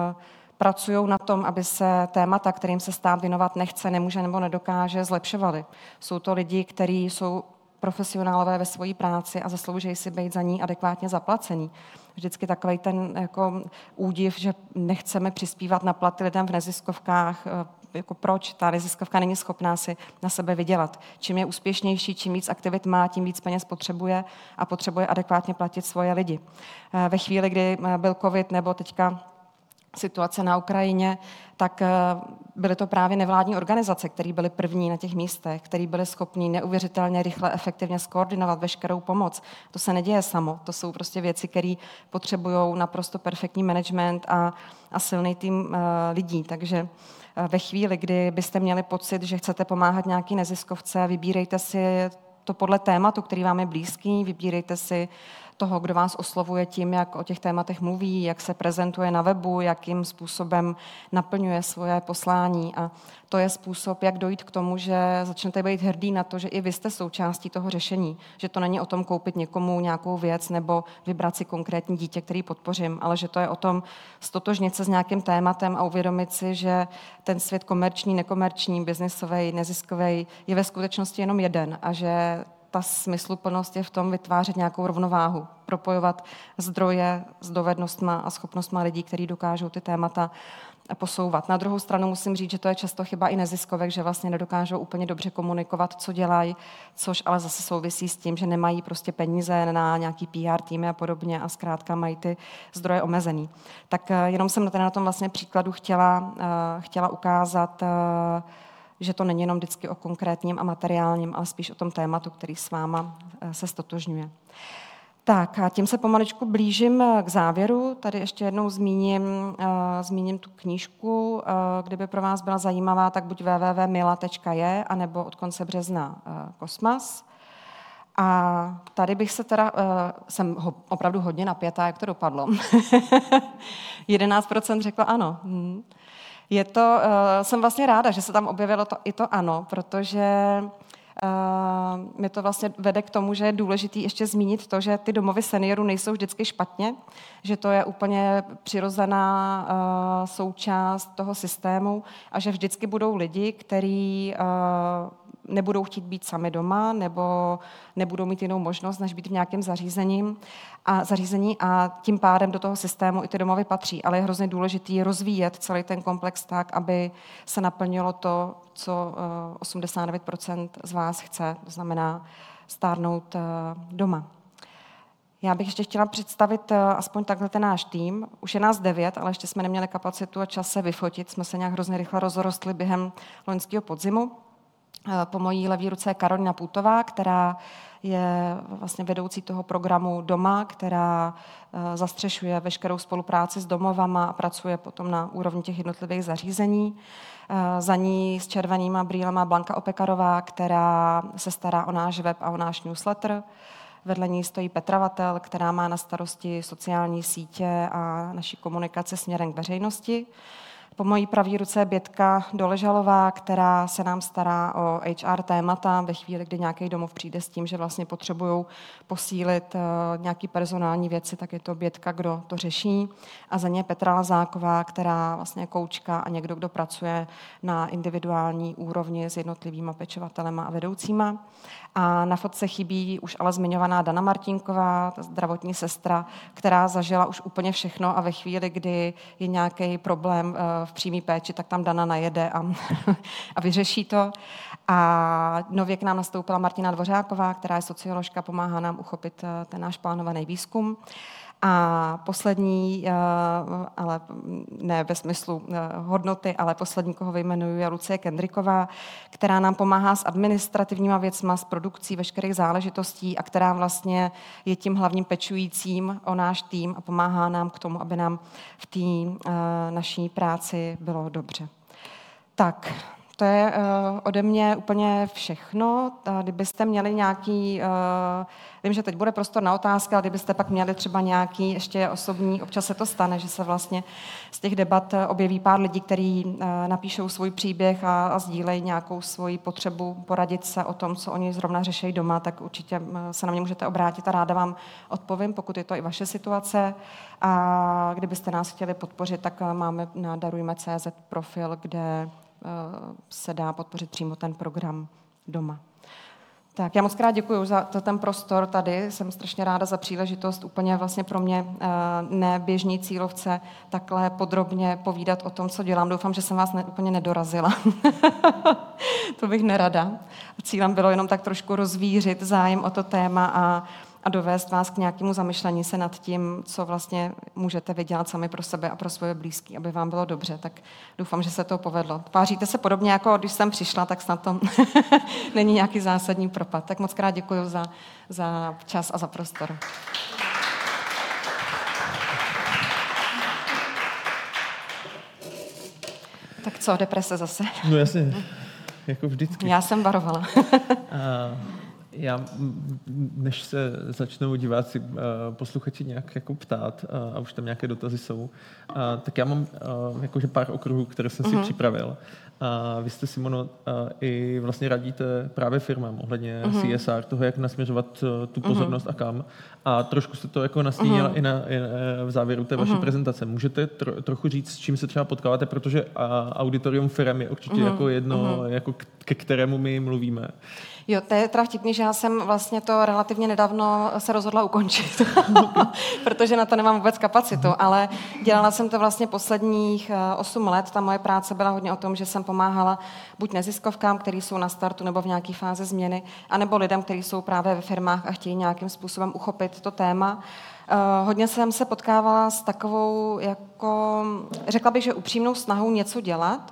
pracují na tom, aby se témata, kterým se stát věnovat nechce, nemůže nebo nedokáže, zlepšovaly. Jsou to lidi, kteří jsou profesionálové ve své práci a zaslouží si být za ní adekvátně zaplacení. Vždycky takový ten jako údiv, že nechceme přispívat na platy lidem v neziskovkách, jako proč ta neziskovka není schopná si na sebe vydělat. Čím je úspěšnější, čím víc aktivit má, tím víc peněz potřebuje a potřebuje adekvátně platit svoje lidi. Ve chvíli, kdy byl covid nebo teďka situace na Ukrajině, tak byly to právě nevládní organizace, které byly první na těch místech, které byly schopní neuvěřitelně rychle, efektivně skoordinovat veškerou pomoc. To se neděje samo. To jsou prostě věci, které potřebují naprosto perfektní management a, a silný tým uh, lidí. Takže ve chvíli, kdy byste měli pocit, že chcete pomáhat nějaký neziskovce, vybírejte si to podle tématu, který vám je blízký, vybírejte si toho, kdo vás oslovuje tím, jak o těch tématech mluví, jak se prezentuje na webu, jakým způsobem naplňuje svoje poslání. A to je způsob, jak dojít k tomu, že začnete být hrdý na to, že i vy jste součástí toho řešení. Že to není o tom koupit někomu nějakou věc nebo vybrat si konkrétní dítě, který podpořím, ale že to je o tom stotožnit se s nějakým tématem a uvědomit si, že ten svět komerční, nekomerční, biznisový, neziskový je ve skutečnosti jenom jeden a že ta smysluplnost je v tom vytvářet nějakou rovnováhu, propojovat zdroje s dovednostma a schopnostma lidí, kteří dokážou ty témata posouvat. Na druhou stranu musím říct, že to je často chyba i neziskovek, že vlastně nedokážou úplně dobře komunikovat, co dělají, což ale zase souvisí s tím, že nemají prostě peníze na nějaký P R týmy a podobně a zkrátka mají ty zdroje omezený. Tak jenom jsem na tom vlastně příkladu chtěla, chtěla ukázat, že to není jenom vždycky o konkrétním a materiálním, ale spíš o tom tématu, který s váma se stotožňuje. Tak a tím se pomaličku blížím k závěru. Tady ještě jednou zmíním, uh, zmíním tu knížku. Uh, kdyby pro vás byla zajímavá, tak buď w w w tečka mila tečka je, anebo od konce března uh, Kosmas. A tady bych se teda, uh, jsem ho, opravdu hodně napětá, jak to dopadlo. jedenáct procent řeklo ano. Hmm. Je to, uh, jsem vlastně ráda, že se tam objevilo to, i to ano, protože uh, mě to vlastně vede k tomu, že je důležitý ještě zmínit to, že ty domovy seniorů nejsou vždycky špatně, že to je úplně přirozená uh, součást toho systému a že vždycky budou lidi, kteří uh, nebudou chtít být sami doma nebo nebudou mít jinou možnost, než být v nějakém zařízením a zařízení a tím pádem do toho systému i ty domovy patří. Ale je hrozně důležitý rozvíjet celý ten komplex tak, aby se naplnilo to, co osmdesát devět procent z vás chce, to znamená stárnout doma. Já bych ještě chtěla představit aspoň takhle ten náš tým. Už je nás devět, ale ještě jsme neměli kapacitu a čas se vyfotit. Jsme se nějak hrozně rychle rozrostli během loňského podzimu. Po mojí levý ruce je Karolina Půtová, která je vlastně vedoucí toho programu Doma, která zastřešuje veškerou spolupráci s domovama a pracuje potom na úrovni těch jednotlivých zařízení. Za ní s červenýma brýlema Blanka Opekarová, která se stará o náš web a o náš newsletter. vedle ní stojí Petra Vatel, která má na starosti sociální sítě a naší komunikaci směrem k veřejnosti. Po mojí pravý ruce je Bětka Doležalová, která se nám stará o H R témata ve chvíli, kdy nějaký domov přijde s tím, že vlastně potřebují posílit uh, nějaký personální věci, tak je to Bětka, kdo to řeší. A za ně Petra Lazáková, která vlastně je koučka a někdo, kdo pracuje na individuální úrovni s jednotlivýma pečovatelema a vedoucíma. A na fotce chybí už ale zmiňovaná Dana Martinková, ta zdravotní sestra, která zažila už úplně všechno a ve chvíli, kdy je nějaký problém v přímé péči, tak tam Dana najede a, a vyřeší to. A nově k nám nastoupila Martina Dvořáková, která je socioložka, pomáhá nám uchopit ten náš plánovaný výzkum. A poslední, ale ne ve smyslu hodnoty, ale poslední, koho vyjmenuji, je Lucie Kendricková, která nám pomáhá s administrativníma věcma, s produkcí veškerých záležitostí a která vlastně je tím hlavním pečujícím o náš tým a pomáhá nám k tomu, aby nám v té naší práci bylo dobře. Tak, to je uh, ode mě úplně všechno. Kdybyste měli nějaký, uh, vím, že teď bude prostor na otázky, ale kdybyste pak měli třeba nějaký ještě osobní, občas se to stane, že se vlastně z těch debat objeví pár lidí, kteří uh, napíšou svůj příběh a, a sdílejí nějakou svoji potřebu poradit se o tom, co oni zrovna řeší doma, tak určitě se na mě můžete obrátit a ráda vám odpovím, pokud je to i vaše situace. A kdybyste nás chtěli podpořit, tak máme na darujme tečka cé zet profil, kde se dá podpořit přímo ten program doma. Tak, já moc krát děkuji za ten prostor tady. Jsem strašně ráda za příležitost úplně vlastně pro mě neběžný cílovce takhle podrobně povídat o tom, co dělám. Doufám, že jsem vás ne, úplně nedorazila. To bych nerada. Cílem bylo jenom tak trošku rozvířit zájem o to téma a a dovést vás k nějakému zamyšlení se nad tím, co vlastně můžete vydělat sami pro sebe a pro svoje blízké, aby vám bylo dobře. Tak doufám, že se to povedlo. Tváříte se podobně, jako když jsem přišla, tak snad to není nějaký zásadní propad. Tak moc krát děkuji za, za čas a za prostor. Tak co, deprese zase? No jasně, jako vždycky. Já jsem varovala. Já, než se začnou diváci, posluchači nějak jako ptát, a už tam nějaké dotazy jsou, tak já mám jakože pár okruhů, které jsem si uh-huh. připravil. A vy jste, Simono, i vlastně radíte právě firmám ohledně uh-huh. C S R, toho, jak nasměřovat tu pozornost uh-huh. a kam. A trošku jste to jako nastínila uh-huh. i, na, i v závěru té vaší uh-huh. prezentace. Můžete tro, trochu říct, s čím se třeba potkáváte, protože auditorium firem je určitě uh-huh. jako jedno, uh-huh. jako ke kterému my mluvíme. Jo, to je teda vtipný, že já jsem vlastně to relativně nedávno se rozhodla ukončit, protože na to nemám vůbec kapacitu, ale dělala jsem to vlastně posledních osm let. Ta moje práce byla hodně o tom, že jsem pomáhala buď neziskovkám, které jsou na startu nebo v nějaké fázi změny, anebo lidem, kteří jsou právě ve firmách a chtějí nějakým způsobem uchopit to téma. Uh, hodně jsem se potkávala s takovou, jako, řekla bych, že upřímnou snahou něco dělat,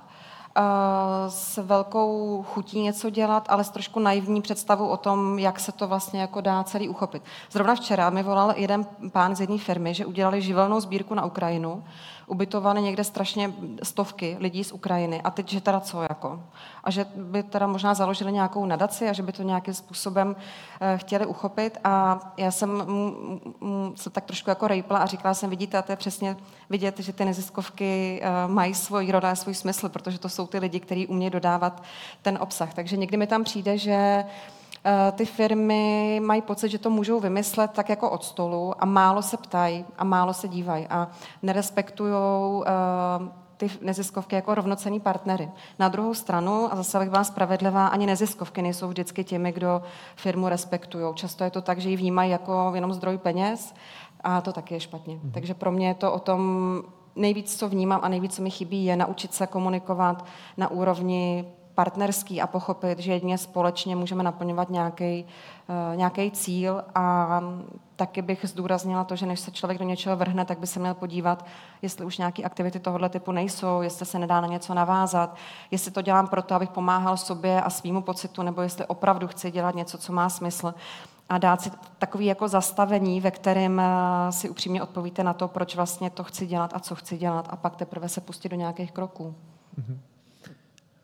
s velkou chutí něco dělat, ale s trošku naivní představou o tom, jak se to vlastně jako dá celý uchopit. Zrovna včera mi volal jeden pán z jedné firmy, že udělali živelnou sbírku na Ukrajinu, ubytovali někde strašně stovky lidí z Ukrajiny a teď, že teda co jako. A že by teda možná založili nějakou nadaci a že by to nějakým způsobem uh, chtěli uchopit a já jsem mm, mm, se tak trošku jako rejpla a říkala jsem, vidíte, a to je přesně vidět, že ty neziskovky uh, mají svůj rod a svůj smysl, protože to jsou ty lidi, kteří umějí dodávat ten obsah. Takže někdy mi tam přijde, že ty firmy mají pocit, že to můžou vymyslet tak jako od stolu a málo se ptají a málo se dívají a nerespektujou ty neziskovky jako rovnocenní partnery. Na druhou stranu, a zase bych byla spravedlivá, ani neziskovky nejsou vždycky těmi, kdo firmu respektují. Často je to tak, že ji vnímají jako jenom zdroj peněz a to taky je špatně. Mm. Takže pro mě je to o tom, nejvíc, co vnímám a nejvíc, co mi chybí, je naučit se komunikovat na úrovni partnerský a pochopit, že jedině společně můžeme naplňovat nějaký, uh, nějaký cíl a taky bych zdůraznila to, že než se člověk do něčeho vrhne, tak by se měl podívat, jestli už nějaké aktivity tohoto typu nejsou, jestli se nedá na něco navázat, jestli to dělám proto, abych pomáhal sobě a svýmu pocitu, nebo jestli opravdu chci dělat něco, co má smysl. A dát si takový jako zastavení, ve kterém si upřímně odpovíte na to, proč vlastně to chci dělat a co chci dělat a pak teprve se pustit do nějakých kroků. Mm-hmm.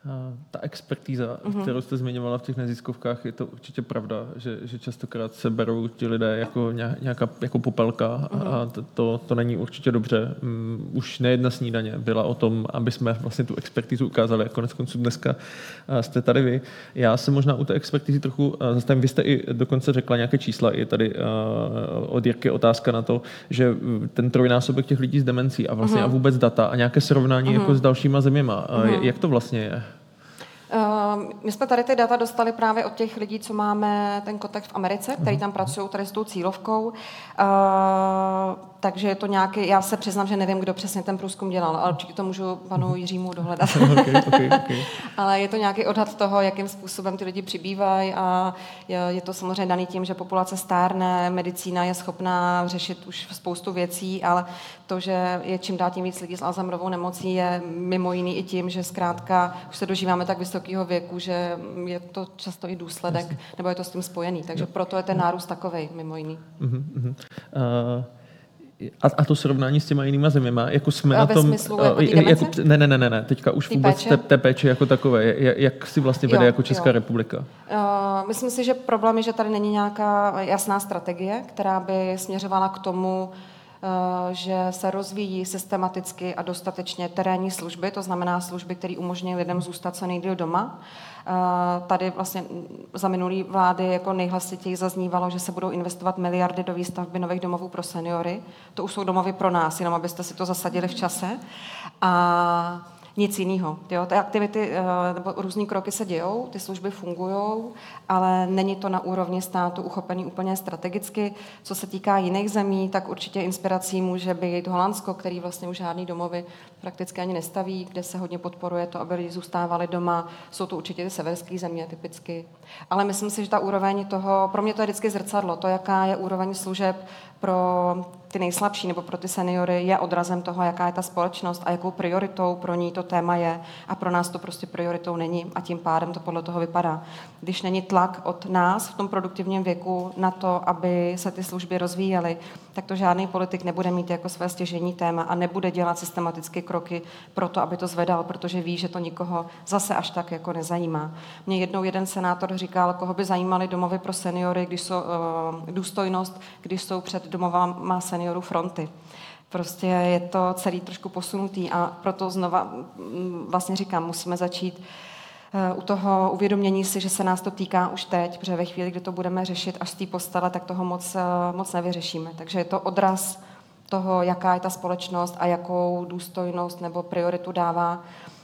Ta expertíza, mm-hmm. kterou jste zmiňovala v těch neziskovkách, je to určitě pravda, že, že častokrát se berou ti lidé jako nějaká jako popelka mm-hmm. a to, to, to není určitě dobře. Um, už nejedna snídaně byla o tom, aby jsme vlastně tu expertízu ukázali a konec konců dneska uh, jste tady vy. Já se možná u té expertízy trochu uh, zastavím. Vy jste i dokonce řekla nějaké čísla, i tady uh, od Jirky otázka na to, že ten trojnásobek těch lidí s demencí a vlastně mm-hmm. a vůbec data a nějaké srovnání mm-hmm. jako s dalšíma zeměma. Mm-hmm. Jak to vlastně je? My jsme tady ty data dostali právě od těch lidí, co máme ten kontakt v Americe, který tam pracují tady s tou cílovkou. Uh, takže je to nějaký, já se přiznám, že nevím, kdo přesně ten průzkum dělal, ale určitě to můžu panu Jiřímu dohledat. okay, okay, okay. Ale je to nějaký odhad toho, jakým způsobem ty lidi přibývají a je, je to samozřejmě daný tím, že populace stárne, medicína je schopná řešit už spoustu věcí, ale to, že je čím dál tím víc lidí s Alzheimerovou nemocí, je mimo jiný i tím, že zkrátka už se dožíváme tak vysokého věku, že je to často i důsledek, nebo je to s tím spojený. Takže proto je ten nárůst takovej, mimo jiný. Uh-huh, uh-huh. Uh... A, a to srovnání s těma jinýma zeměma, jako jsme a na ve tom... Smyslu, jako jako, ne, ne, ne, ne, ne, teďka už Ty vůbec péče? Té, té péče jako takové. Jak, jak si vlastně vede jo, jako Česká jo. republika? Uh, myslím si, že problém je, že tady není nějaká jasná strategie, která by směřovala k tomu, že se rozvíjí systematicky a dostatečně terénní služby, to znamená služby, které umožňují lidem zůstat co nejdýl doma. Tady vlastně za minulý vlády jako nejhlasitěji zaznívalo, že se budou investovat miliardy do výstavby nových domovů pro seniory. To už jsou domovy pro nás, jenom abyste si to zasadili v čase. A nic jiného. Ty aktivity nebo různý kroky se dějou, ty služby fungují, ale není to na úrovni státu uchopený úplně strategicky. Co se týká jiných zemí, tak určitě inspirací může být Holandsko, který vlastně už žádný domovy prakticky ani nestaví, kde se hodně podporuje to, aby lidi zůstávali doma. Jsou to určitě ty severské země typicky. Ale myslím si, že ta úroveň toho, pro mě to je vždycky zrcadlo, to, jaká je úroveň služeb pro ty nejslabší nebo pro ty seniory, je odrazem toho, jaká je ta společnost a jakou prioritou pro ní to téma je. A pro nás to prostě prioritou není a tím pádem to podle toho vypadá. Když není tlak od nás v tom produktivním věku na to, aby se ty služby rozvíjely, tak to žádný politik nebude mít jako své stěžejní téma a nebude dělat systematické kroky pro to, aby to zvedal, protože ví, že to nikoho zase až tak jako nezajímá. Mě jednou jeden senátor říkal, koho by zajímaly domovy pro seniory, když jsou uh, důstojnost, když jsou před domovama seniorů fronty. Prostě je to celý trošku posunutý a proto znova vlastně říkám, musíme začít u toho uvědomění si, že se nás to týká už teď, protože ve chvíli, kdy to budeme řešit až z té postele, tak toho moc, moc nevyřešíme. Takže je to odraz toho, jaká je ta společnost a jakou důstojnost nebo prioritu dává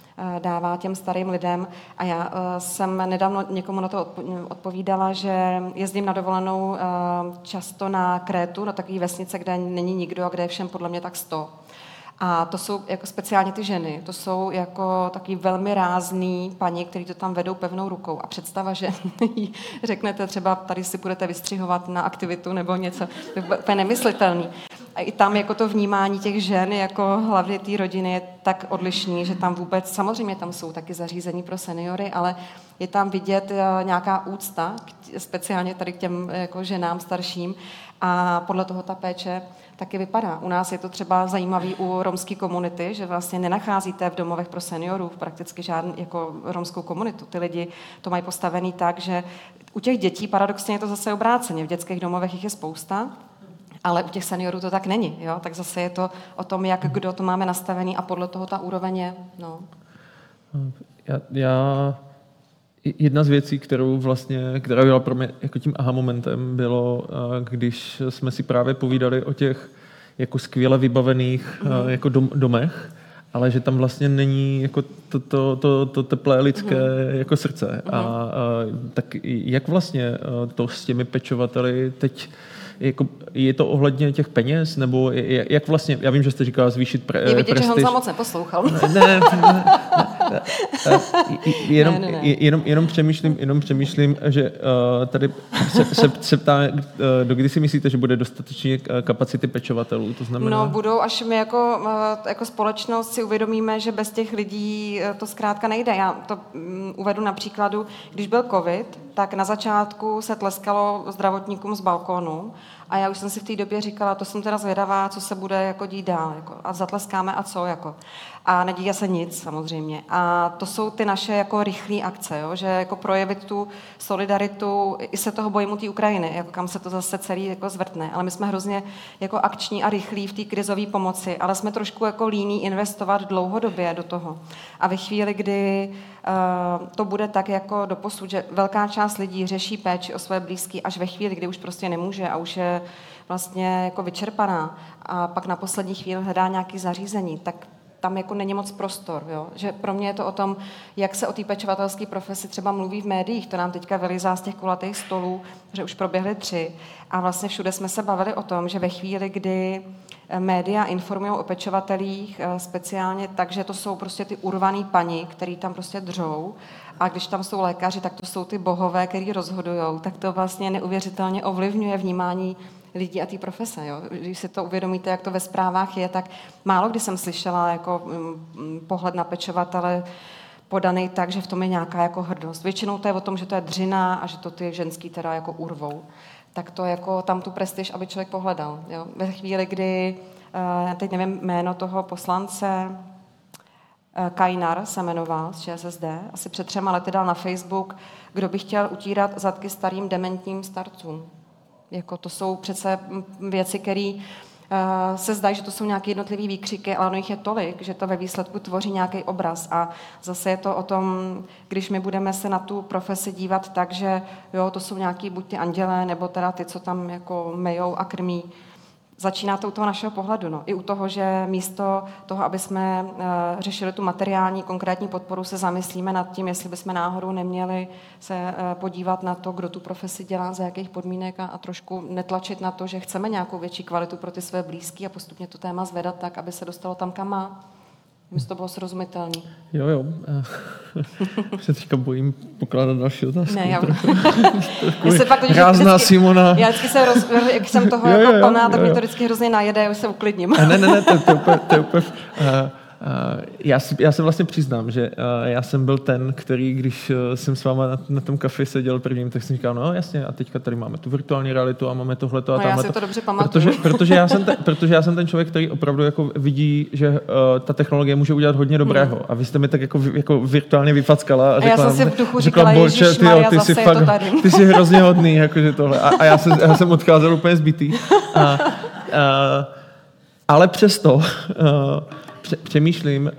dává těm starým lidem. A já uh, jsem nedávno někomu na to odpovídala, že jezdím na dovolenou uh, často na Krétu, na takové vesnice, kde není nikdo a kde je všem podle mě tak sto. A to jsou jako speciálně ty ženy, to jsou jako taky velmi rázný paní, který to tam vedou pevnou rukou. A představa, že řeknete třeba, tady si budete vystřihovat na aktivitu nebo něco, to je úplně nemyslitelný. A i tam jako to vnímání těch žen jako hlavně té rodiny je tak odlišný, že tam vůbec, samozřejmě tam jsou taky zařízení pro seniory, ale je tam vidět nějaká úcta, speciálně tady k těm jako ženám starším a podle toho ta péče taky vypadá. U nás je to třeba zajímavý u romské komunity, že vlastně nenacházíte v domovech pro seniorů prakticky žádnou jako romskou komunitu. Ty lidi to mají postavený tak, že u těch dětí paradoxně je to zase obráceně. V dětských domovech jich je spousta, ale u těch seniorů to tak není. Jo? Tak zase je to o tom, jak kdo to máme nastavený a podle toho ta úroveň je. No. Já, já... Jedna z věcí, kterou vlastně, která byla pro mě jako tím aha momentem, bylo, když jsme si právě povídali o těch jako skvěle vybavených mm. jako dom, domech, ale že tam vlastně není jako to, to, to, to teplé lidské mm. jako srdce. Mm. A, a tak jak vlastně to s těmi pečovateli teď jako, je to ohledně těch peněz, nebo jak vlastně, já vím, že jste říkala zvýšit pre, prestiž. Je vidět, prestiž. že Honza moc neposlouchal. Ne, ne, ne, ne, jenom, ne, ne, ne. Jenom, jenom, přemýšlím, jenom přemýšlím, že uh, tady se, se, se ptá, uh, do kdy si myslíte, že bude dostatečně kapacity pečovatelů, to znamená? No budou, až my jako, jako společnost si uvědomíme, že bez těch lidí to zkrátka nejde. Já to um, uvedu na příkladu, když byl covid, tak na začátku se tleskalo zdravotníkům z balkónu a já už jsem si v té době říkala, to jsem teda zvědavá, co se bude jako dít dál. Jako, a zatleskáme a co. Jako. A nedíje se nic samozřejmě. A A to jsou ty naše jako rychlé akce, jo? Že jako projevit tu solidaritu, i se toho bojím u té Ukrajiny, jako kam se to zase celý jako zvrtne. Ale my jsme hrozně jako akční a rychlí v té krizové pomoci, ale jsme trošku jako líní investovat dlouhodobě do toho. A ve chvíli, kdy uh, to bude tak jako doposud, že velká část lidí řeší péči o své blízké až ve chvíli, kdy už prostě nemůže a už je vlastně jako vyčerpaná a pak na poslední chvíli hledá nějaké zařízení, tak tam jako není moc prostor. Jo? Že pro mě je to o tom, jak se o té pečovatelské profesi třeba mluví v médiích. To nám teďka vylizá z těch kulatých stolů, že už proběhly tři. A vlastně všude jsme se bavili o tom, že ve chvíli, kdy média informují o pečovatelích speciálně tak, že to jsou prostě ty urvaný paní, který tam prostě dřou, a když tam jsou lékaři, tak to jsou ty bohové, který rozhodujou, tak to vlastně neuvěřitelně ovlivňuje vnímání lidí a té profese. Jo? Když si to uvědomíte, jak to ve zprávách je, tak málo kdy jsem slyšela jako mm, pohled na pečovatele podaný tak, že v tom je nějaká jako hrdost. Většinou to je o tom, že to je dřina a že to ty ženský teda jako urvou. Tak to jako tam tu prestiž, aby člověk pohledal. Jo? Ve chvíli, kdy, já teď nevím jméno toho poslance, Kajnar se jmenoval z ČSSD, asi před třema lety dal na Facebook, kdo by chtěl utírat zadky starým dementním starcům. Jako to jsou přece věci, které uh, se zdají, že to jsou nějaké jednotlivé výkřiky, ale ono jich je tolik, že to ve výsledku tvoří nějaký obraz. A zase je to o tom, když my budeme se na tu profesi dívat tak, že jo, to jsou nějaký buď ty andělé, nebo teda ty, co tam jako mejou a krmí. Začíná to u toho našeho pohledu. No. I u toho, že místo toho, aby jsme uh, řešili tu materiální konkrétní podporu, se zamyslíme nad tím, jestli bychom náhodou neměli se uh, podívat na to, kdo tu profesi dělá, za jakých podmínek a, a trošku netlačit na to, že chceme nějakou větší kvalitu pro ty své blízké a postupně to téma zvedat tak, aby se dostalo tam, kam má. Myslím, to bylo srozumitelný. Jo, jo. Já se teďka bojím pokládat další otázku. Ne, já... já se fakt, Rázná vždycky, Simona. Já vždycky se roz... jak jsem toho jo, jako jo, plná, jo, tak jo. Mě to vždycky hrozně najede, já už se uklidním. Ne, ne, ne, to, to, to, to je úplně... Uh, Uh, já, si, já se vlastně přiznám, že uh, já jsem byl ten, který, když uh, jsem s váma na, na tom kafe seděl prvním, tak jsem říkal, no jasně, a teďka tady máme tu virtuální realitu a máme tohleto a no, tamhleto. Já si to dobře pamatuju. Protože, protože, já jsem ten, protože já jsem ten člověk, který opravdu jako vidí, že uh, ta technologie může udělat hodně dobrého. Hmm. A vy jste mi tak jako, jako virtuálně vyfackala a řekla, a já jsem si v duchu řekla, říkala, ježišmarja, ty jsi fakt, ty jsi hrozně hodný, jakože tohle. A, a já, jsem, já jsem odcházel úplně zbitý. A, a, ale přesto... Uh, Přemýšlím,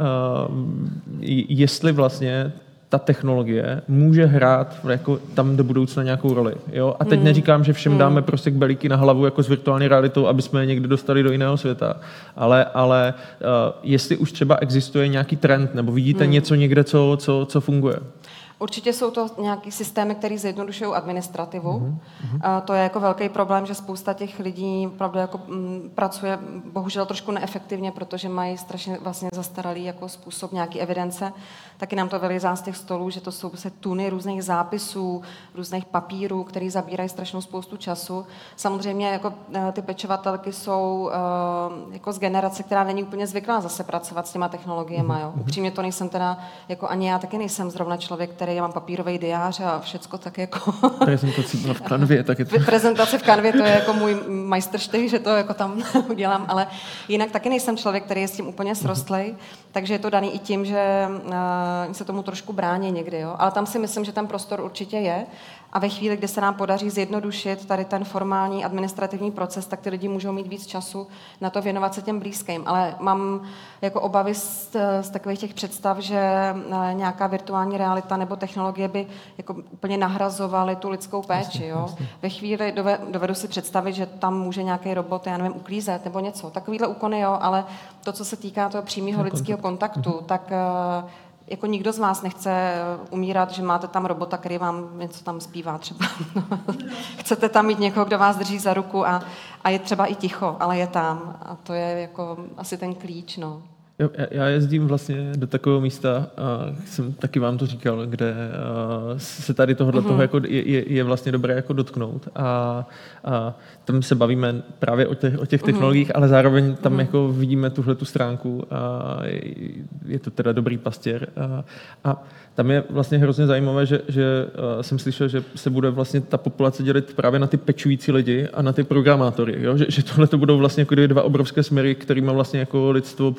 jestli vlastně ta technologie může hrát jako tam do budoucna nějakou roli. Jo? A teď mm. neříkám, že všem dáme prostě belíky na hlavu jako s virtuální realitou, aby jsme je někde dostali do jiného světa. Ale, ale jestli už třeba existuje nějaký trend, nebo vidíte mm. něco někde, co, co, co funguje. Určitě jsou to nějaký systémy, které zjednodušují administrativu. Mm-hmm. A to je jako velký problém, že spousta těch lidí opravdu jako m, pracuje bohužel trošku neefektivně, protože mají strašně vlastně zastaralý jako způsob nějaký evidence. Taky nám to vylizá z těch stolů, že to jsou se tuny různých zápisů, různých papírů, které zabírají strašnou spoustu času. Samozřejmě jako ty pečovatelky jsou uh, jako z generace, která není úplně zvyklá zase pracovat s těma technologiemi. Jo. Upřímně to nejsem teda, jako ani já taky nejsem zrovna člověk, který já mám papírový diář a všecko tak jako... Prezentace v Canvě, tak je to... Prezentace v Canvě, to je jako můj majstrštych, že to jako tam udělám, ale jinak taky nejsem člověk, který je s tím úplně srostlej, takže je to daný i tím, že uh, se tomu trošku brání někdy, jo. Ale tam si myslím, že ten prostor určitě je a ve chvíli, kdy se nám podaří zjednodušit tady ten formální administrativní proces, tak ty lidi můžou mít víc času na to věnovat se těm blízkým. Ale mám jako obavy z, z takových těch představ, že nějaká virtuální realita nebo technologie by jako úplně nahrazovaly tu lidskou péči. Jo? Ve chvíli dovedu si představit, že tam může nějaký robot, já nevím, uklízet nebo něco. Takovýhle úkony, jo, ale to, co se týká toho přímého lidského kontaktu, tak jako nikdo z vás nechce umírat, že máte tam robota, který vám něco tam zpívá třeba. Chcete tam mít někoho, kdo vás drží za ruku a, a je třeba i ticho, ale je tam. A to je jako asi ten klíč, no. Já jezdím vlastně do takového místa, a jsem taky vám to říkal, kde se tady tohohle mm-hmm. toho jako je, je vlastně dobré jako dotknout. A, a tam se bavíme právě o těch, o těch technologiích, mm-hmm. ale zároveň tam mm-hmm. jako vidíme tuhle tu stránku. A je to teda dobrý pastěr. A, a tam je vlastně hrozně zajímavé, že, že jsem slyšel, že se bude vlastně ta populace dělit právě na ty pečující lidi a na ty programátory. Jo? Že, že tohle to budou vlastně jako dva obrovské směry, kterými vlastně jako lidstvo půjde, protože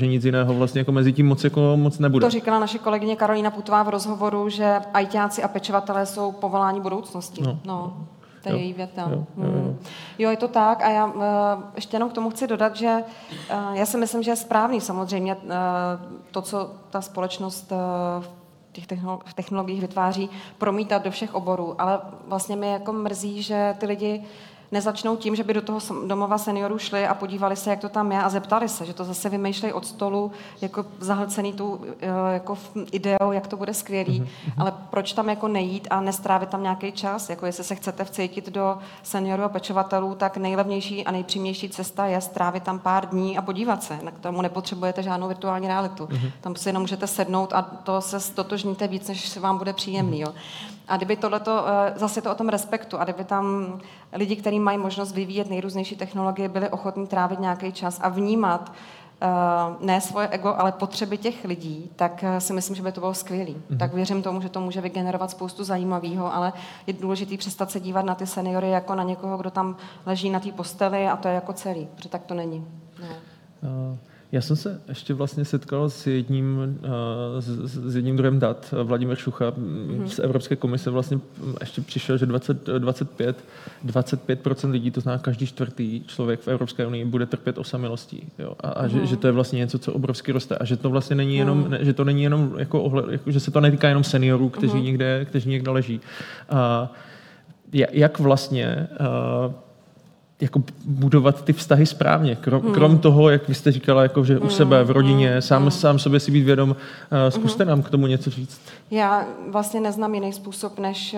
protože nic jiného vlastně jako mezi tím moc, jako moc nebude. To říkala naše kolegyně Karolína Putová v rozhovoru, že ajťáci a pečovatelé jsou povolání budoucnosti. No. no. To je její věta. Jo, jo, jo. jo, je to tak a já uh, ještě jenom k tomu chci dodat, že uh, já si myslím, že je správný samozřejmě uh, to, co ta společnost uh, v těch technologiích vytváří, promítat do všech oborů, ale vlastně mi jako mrzí, že ty lidi nezačnou tím, že by do toho domova seniorů šli a podívali se, jak to tam je a zeptali se, že to zase vymýšlejí od stolu, jako zahlcený tu jako ideou, jak to bude skvělý, mm-hmm. ale proč tam jako nejít a nestrávit tam nějaký čas, jako jestli se chcete vcítit do seniorů a pečovatelů, tak nejlevnější a nejpřímější cesta je strávit tam pár dní a podívat se, na k tomu nepotřebujete žádnou virtuální realitu. Mm-hmm. Tam si jenom můžete sednout a to se stotožníte víc, než se vám bude příjemný. Jo. A kdyby tohleto, zase to o tom respektu, a kdyby tam lidi, kteří mají možnost vyvíjet nejrůznější technologie, byli ochotní trávit nějaký čas a vnímat ne svoje ego, ale potřeby těch lidí, tak si myslím, že by to bylo skvělý. Mm-hmm. Tak věřím tomu, že to může vygenerovat spoustu zajímavého, ale je důležité přestat se dívat na ty seniory jako na někoho, kdo tam leží na té posteli a to je jako celý, protože tak to není. No. Uh. Já jsem se ještě vlastně setkal s jedním, s, s jedním druhem dat, Vladimír Šucha mm-hmm. z Evropské komise vlastně ještě přišel, že dvacet, dvacet pět, dvacet pět procent lidí, to znamená každý čtvrtý člověk v Evropské unii, bude trpět osamilostí. Jo? A, a mm-hmm. že, že to je vlastně něco, co obrovsky roste. A že to vlastně není jenom, mm. že to není jenom jako ohled, jako, že se to netýká jenom seniorů, kteří mm-hmm. někde, kteří někde leží. A jak vlastně uh, jako budovat ty vztahy správně. Krom, hmm. krom toho, jak vy jste říkala, jako, že hmm. u sebe, v rodině, hmm. sám, sám sobě si být vědom. Uh, zkuste hmm. nám k tomu něco říct. Já vlastně neznám jiný způsob, než uh,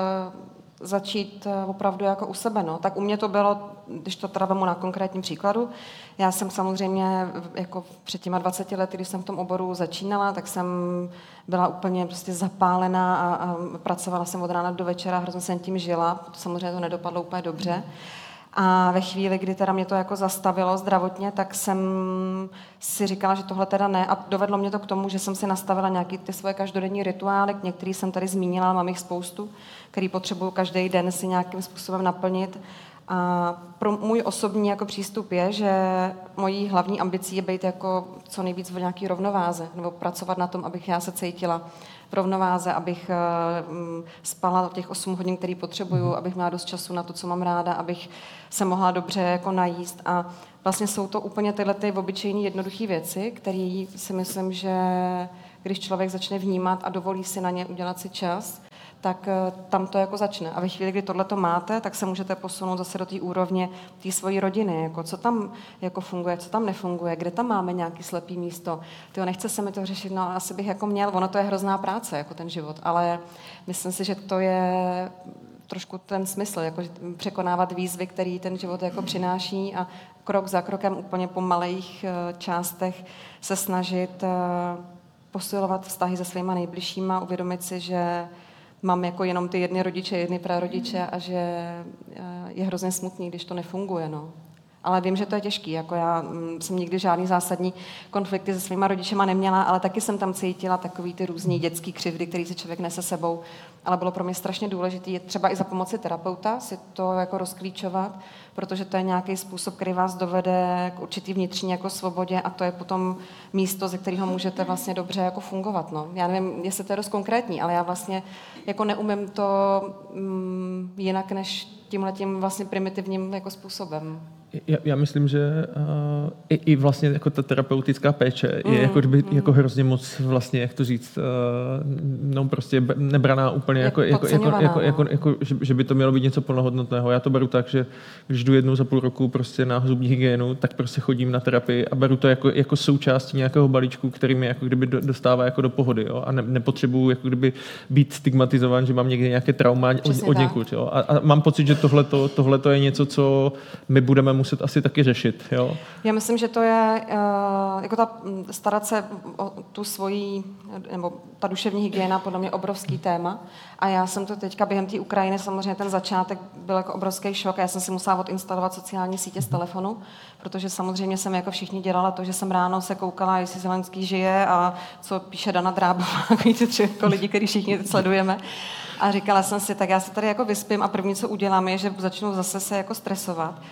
začít uh, opravdu jako u sebe. No. Tak u mě to bylo, když to teda vemu na konkrétním příkladu, já jsem samozřejmě jako před těma dvaceti lety, když jsem v tom oboru začínala, tak jsem byla úplně prostě zapálená a, a pracovala jsem od rána do večera, hrozně jsem tím žila, samozřejmě to nedopadlo úplně dobře. Hmm. A ve chvíli, kdy teda mě to jako zastavilo zdravotně, tak jsem si říkala, že tohle teda ne. A dovedlo mě to k tomu, že jsem si nastavila nějaké ty svoje každodenní rituály, některý jsem tady zmínila, mám jich spoustu, který potřebuju každý den si nějakým způsobem naplnit. A pro můj osobní jako přístup je, že mojí hlavní ambicí je být jako co nejvíc v nějaký rovnováze, nebo pracovat na tom, abych já se cítila v rovnováze, abych uh, spala těch osm hodin, který potřebuju, abych měla dost času na to, co mám ráda, abych se mohla dobře jako najíst. A vlastně jsou to úplně tyhle ty obyčejné jednoduché věci, které si myslím, že když člověk začne vnímat a dovolí si na ně udělat si čas, tak tam to jako začne. A ve chvíli, kdy tohle to máte, tak se můžete posunout zase do té úrovně té svojí rodiny. Jako co tam jako funguje, co tam nefunguje, kde tam máme nějaký slepý místo. Tyjo, nechce se mi to řešit, no asi bych jako měl, ono to je hrozná práce, jako ten život, ale myslím si, že to je trošku ten smysl, jako překonávat výzvy, který ten život jako přináší a krok za krokem úplně po malých částech se snažit posilovat vztahy se svýma nejbližšíma, uvědomit si, že mám jako jenom ty jedny rodiče, jedny prarodiče a že je hrozně smutný, když to nefunguje. No. Ale vím, že to je těžký. Jako já jsem nikdy žádný zásadní konflikty se svýma rodičema neměla, ale taky jsem tam cítila takový ty různý dětský křivdy, který si člověk nese sebou. Ale bylo pro mě strašně důležité, třeba i za pomoci terapeuta, si to jako rozklíčovat, protože to je nějaký způsob, který vás dovede k určitý vnitřní jako svobodě a to je potom místo, ze kterého můžete vlastně dobře jako fungovat. No. Já nevím, jestli to je dost konkrétní, ale já vlastně jako neumím to mm, jinak než tímhletím vlastně primitivním jako způsobem. Já, já myslím, že uh, i, i vlastně jako ta terapeutická péče je mm, jako, kdyby, mm. jako hrozně moc vlastně, jak to říct, uh, no prostě nebraná úplně, jako, jako, jako, jako, no. jako, jako že, že by to mělo být něco plnohodnotného. Já to beru tak, že když jdu jednou za půl roku prostě na zubní hygienu, tak prostě chodím na terapii a beru to jako, jako součástí nějakého balíčku, který mě jako kdyby dostává jako do pohody. Jo? A ne, nepotřebuju jako kdyby být stigmatizován, že mám někde nějaké trauma od, od někud. Jo? A, a mám pocit, že tohleto, tohleto je něco, co my budeme muset asi taky řešit. Jo? Já myslím, že to je uh, jako ta starat se o tu svoji, nebo ta duševní hygiena podle mě obrovský téma. A já jsem to teďka během té Ukrajiny, samozřejmě ten začátek byl jako obrovský šok a já jsem si musela odinstalovat sociální sítě z telefonu, protože samozřejmě jsem jako všichni dělala to, že jsem ráno se koukala, jestli Zelenský žije a co píše Dana Drábová, takový ty tři jako lidi, který všichni sledujeme. A říkala jsem si, tak já se tady jako vyspím a první, co udělám, je, že začnu zase se jako stresovat.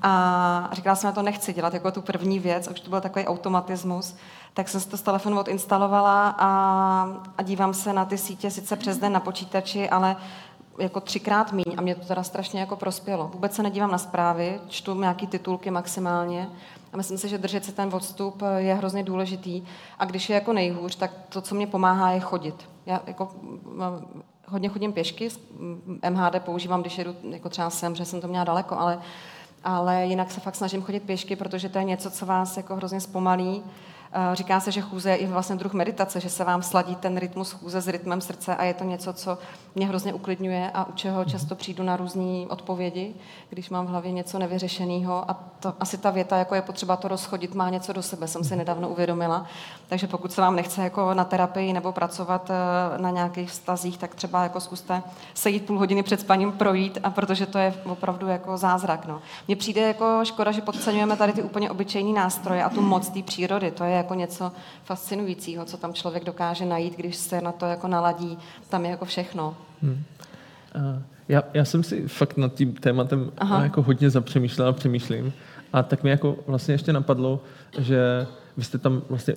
A říkala jsem, že to nechci dělat jako tu první věc, a už to byl takový automatismus, tak jsem si to z telefonu odinstalovala a, a dívám se na ty sítě sice přes den na počítači, ale jako třikrát míň a mě to teda strašně jako prospělo. Vůbec se nedívám na zprávy, čtu nějaký titulky maximálně a myslím si, že držet si ten odstup je hrozně důležitý a když je jako nejhůř, tak to, co mě pomáhá, je chodit. Já jako hodně chodím pěšky, M H D používám, když jedu jako třeba sem, že jsem to měla daleko, ale, ale jinak se fakt snažím chodit pěšky, protože to je něco, co vás jako hrozně zpomalí. Říká se, že chůze je i vlastně druh meditace, že se vám sladí ten rytmus chůze s rytmem srdce a je to něco, co mě hrozně uklidňuje a u čeho často přijdu na různé odpovědi, když mám v hlavě něco nevyřešeného a to, asi ta věta, jako je potřeba to rozchodit, má něco do sebe, jsem si nedávno uvědomila. Takže pokud se vám nechce jako na terapii nebo pracovat na nějakých vztazích, tak třeba jako zkuste sejít půl hodiny před spaním projít, a protože to je opravdu jako zázrak. No. Mně přijde jako škoda, že podceňujeme tady ty úplně obyčejný nástroje a tu moc té přírody. To je jako něco fascinujícího, co tam člověk dokáže najít, když se na to jako naladí. Tam je jako všechno. Hmm. Uh, já, já jsem si fakt nad tím tématem jako hodně zapřemýšlela a přemýšlím. A tak mi jako vlastně ještě napadlo, že vy jste tam vlastně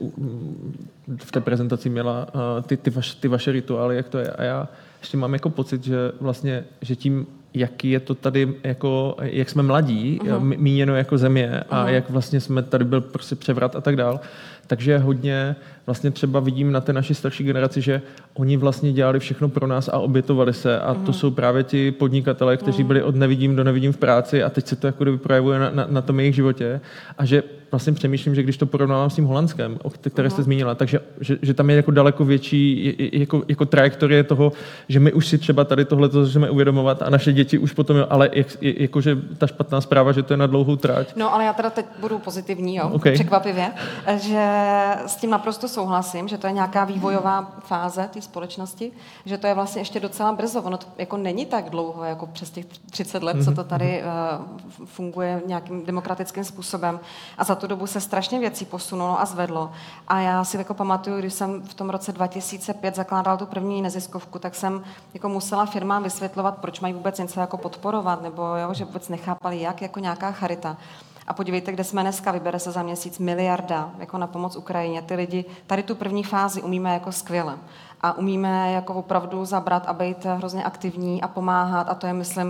v té prezentaci měla uh, ty, ty, vaš, ty vaše rituály, jak to je. A já ještě mám jako pocit, že vlastně, že tím, jaký je to tady, jako, jak jsme mladí, uh-huh. míněno jako země a uh-huh. jak vlastně jsme tady byl prostě převrat a tak dál. Takže hodně vlastně třeba vidím na té naší starší generaci, že oni vlastně dělali všechno pro nás a obětovali se a uh-huh. to jsou právě ti podnikatelé, kteří byli od nevidím do nevidím v práci a teď se to jako kdyby projevuje na, na, na tom jejich životě a že vlastně přemýšlím, že když to porovnávám s tím Holandskem, o které jste zmínila, takže že, že tam je jako daleko větší jako, jako trajektorie toho, že my už si třeba tady tohle to začneme uvědomovat a naše děti už potom, ale jak, jakože ta špatná zpráva, že to je na dlouhou trať. No, ale já teda teď budu pozitivní, jo, okay. překvapivě, že s tím naprosto souhlasím, že to je nějaká vývojová fáze té společnosti, že to je vlastně ještě docela brzo. Ono to jako není tak dlouho, jako přes těch třicet let, co to tady uh, funguje nějakým demokratickým způsobem. A za tu dobu se strašně věcí posunulo a zvedlo. A já si jako pamatuju, když jsem v tom roce dva tisíce pět zakládal tu první neziskovku, tak jsem jako musela firmám vysvětlovat, proč mají vůbec něco jako podporovat, nebo jo, že vůbec nechápali, jak jako nějaká charita. A podívejte, kde jsme dneska, vybere se za měsíc miliarda jako na pomoc Ukrajině. Ty lidi, tady tu první fázi umíme jako skvěle. A umíme jako opravdu zabrat a být hrozně aktivní a pomáhat. A to je, myslím,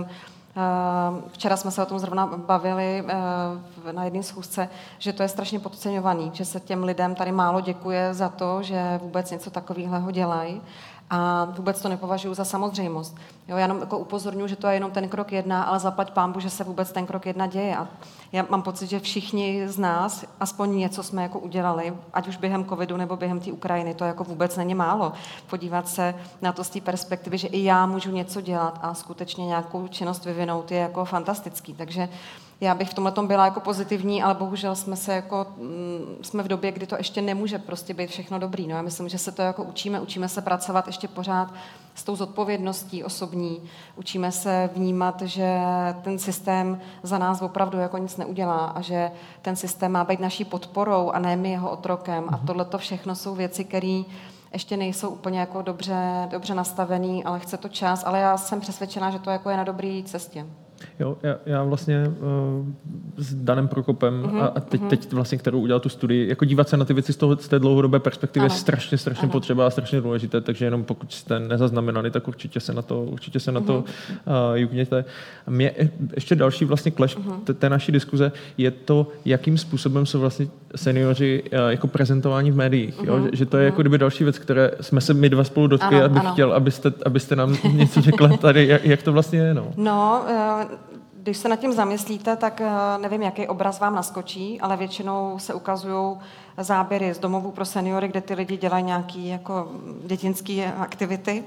včera jsme se o tom zrovna bavili na jedné schůzce, že to je strašně podceňovaný, že se těm lidem tady málo děkuje za to, že vůbec něco takového dělají. A vůbec to nepovažuji za samozřejmost. Jo, já jenom jako upozorňuji, že to je jenom ten krok jedna, ale zaplať pánbu, že se vůbec ten krok jedna děje. A já mám pocit, že všichni z nás aspoň něco jsme jako udělali, ať už během covidu nebo během té Ukrajiny, to jako vůbec není málo. Podívat se na to z té perspektivy, že i já můžu něco dělat a skutečně nějakou činnost vyvinout, je jako fantastický. Takže já bych v tomhle tom byla jako pozitivní, ale bohužel jsme se jako, jsme v době, kdy to ještě nemůže prostě být všechno dobrý. No, já myslím, že se to jako učíme, učíme se pracovat ještě pořád s tou zodpovědností osobní. Učíme se vnímat, že ten systém za nás opravdu jako nic neudělá a že ten systém má být naší podporou a ne my jeho otrokem. A tohle to všechno jsou věci, které ještě nejsou úplně jako dobře, dobře nastavený, ale chce to čas, ale já jsem přesvědčená, že to jako je na dobré cestě. Jo, já, já vlastně uh, s Danem Prokopem uh-huh, a, a teď, uh-huh. teď vlastně, kterou udělal tu studii, jako dívat se na ty věci z, toho, z té dlouhodobé perspektivy je strašně, strašně ano. potřeba a strašně důležité, takže jenom pokud jste nezaznamenali, tak určitě se na to, určitě se uh-huh. na to uh, jukněte. Mě ještě další vlastně clash uh-huh. té, té naší diskuze je to, jakým způsobem jsou vlastně seniori uh, jako prezentování v médiích. Uh-huh. Jo? Že, že to je uh-huh. jako kdyby další věc, které jsme se my dva spolu dotkli, abych ano. chtěl, abyste, abyste nám něco řekla tady, jak, jak to vlastně je. No, no uh... Když se nad tím zamyslíte, tak nevím, jaký obraz vám naskočí, ale většinou se ukazují záběry z domovů pro seniory, kde ty lidi dělají nějaké jako dětinské aktivity,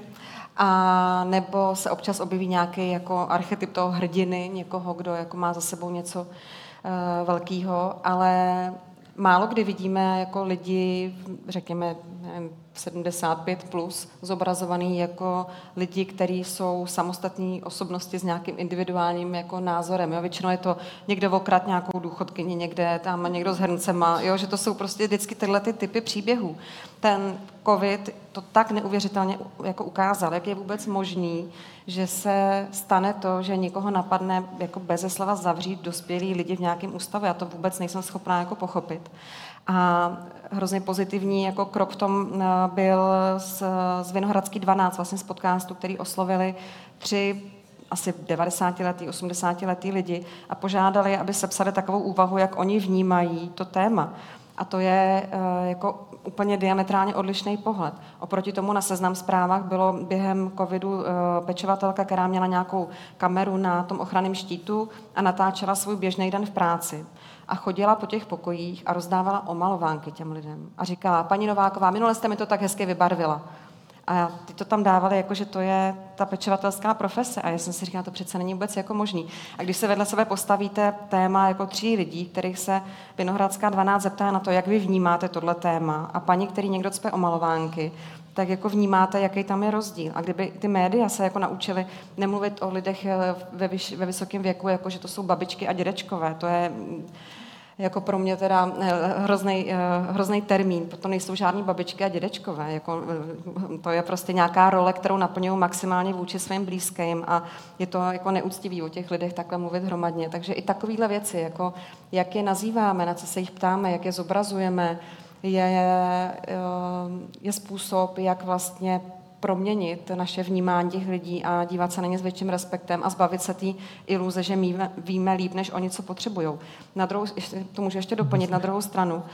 a nebo se občas objeví nějaký jako archetyp toho hrdiny, někoho, kdo jako má za sebou něco uh, velkého, ale málo kdy vidíme jako lidi, řekněme, nevím, sedmdesát pět plus, zobrazovaný jako lidi, kteří jsou samostatní osobnosti s nějakým individuálním jako názorem. Jo? Většinou je to někdo okrat nějakou důchodkyni, někde tam někdo s hrncema, jo? Že to jsou prostě vždycky tyhle ty typy příběhů. Ten covid to tak neuvěřitelně jako ukázal, jak je vůbec možný, že se stane to, že někoho napadne jako beze slova zavřít dospělí lidi v nějakém ústavu. Já to vůbec nejsem schopná jako pochopit. A hrozně pozitivní jako krok v tom byl z, z Vinohradský dvanáct, vlastně z podcastu, který oslovili tři asi devadesátiletí, osmdesátiletí lidi a požádali, aby sepsali takovou úvahu, jak oni vnímají to téma. A to je uh, jako úplně diametrálně odlišný pohled. Oproti tomu na Seznam Zprávách bylo během covidu uh, pečovatelka, která měla nějakou kameru na tom ochranném štítu a natáčela svůj běžný den v práci. A chodila po těch pokojích a rozdávala omalovánky těm lidem. A říkala, paní Nováková, minule jste mi to tak hezky vybarvila. A ty to tam dávali, jako že to je ta pečovatelská profese. A já jsem si říkala, to přece není vůbec jako možný. A když se vedle sebe postavíte téma jako tří lidí, kterých se Vinohradská dvanáct zeptá na to, jak vy vnímáte tohle téma, a paní, který někdo cpe omalovánky, tak jako vnímáte, jaký tam je rozdíl. A kdyby ty média se jako naučily nemluvit o lidech ve, vyš, ve vysokém věku, jako že to jsou babičky a dědečkové, to je jako pro mě teda hroznej, hroznej termín, to nejsou žádný babičky a dědečkové, jako, to je prostě nějaká role, kterou naplňují maximálně vůči svým blízkým a je to jako neúctivý o těch lidech takhle mluvit hromadně. Takže i takovéhle věci, jako jak je nazýváme, na co se jich ptáme, jak je zobrazujeme, je, je způsob, jak vlastně proměnit naše vnímání těch lidí a dívat se na ně s větším respektem a zbavit se té iluze, že my víme líp, než oni, co potřebujou. Na druhou, to můžu ještě doplnit, na druhou stranu,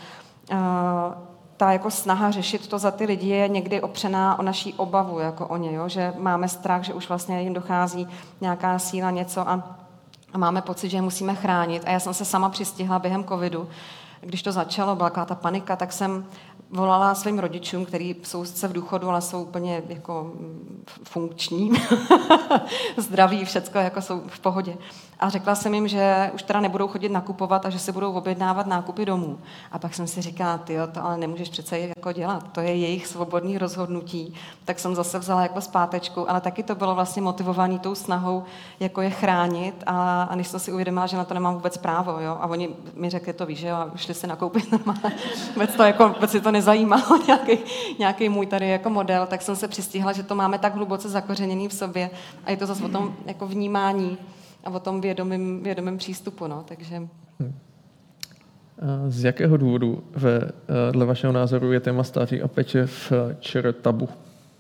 ta jako snaha řešit to za ty lidi je někdy opřená o naší obavu, jako o ně, jo? Že máme strach, že už vlastně jim dochází nějaká síla, něco a, a máme pocit, že je musíme chránit. A já jsem se sama přistihla během covidu, když to začalo, byla taková ta panika, tak jsem volala svým rodičům, kteří jsou sice v důchodu, ale jsou úplně jako funkční, zdraví, všecko jako jsou v pohodě. A řekla jsem jim, že už teda nebudou chodit nakupovat a že si budou objednávat nákupy domů. A pak jsem si říkala, tyjo, to ale nemůžeš přece jako dělat, to je jejich svobodný rozhodnutí. Tak jsem zase vzala jako zpátečku, ale taky to bylo vlastně motivovaný tou snahou, jako je chránit a, a než jsem si uvědomila, že na to nemám vůbec právo, jo. A oni mi řekli, to víš, jo, a šli si nakoupit normálně. Vůbec to jako, vůbec si to nezajímalo, nějaký, nějaký můj tady jako model, tak jsem se přistihla, že to máme tak hluboce zakořeněný v sobě a je to zase o tom jako vnímání a o tom vědomým, vědomým přístupu, no, takže... Z jakého důvodu ve, dle vašeho názoru je téma stáří a péče v ČR tabu?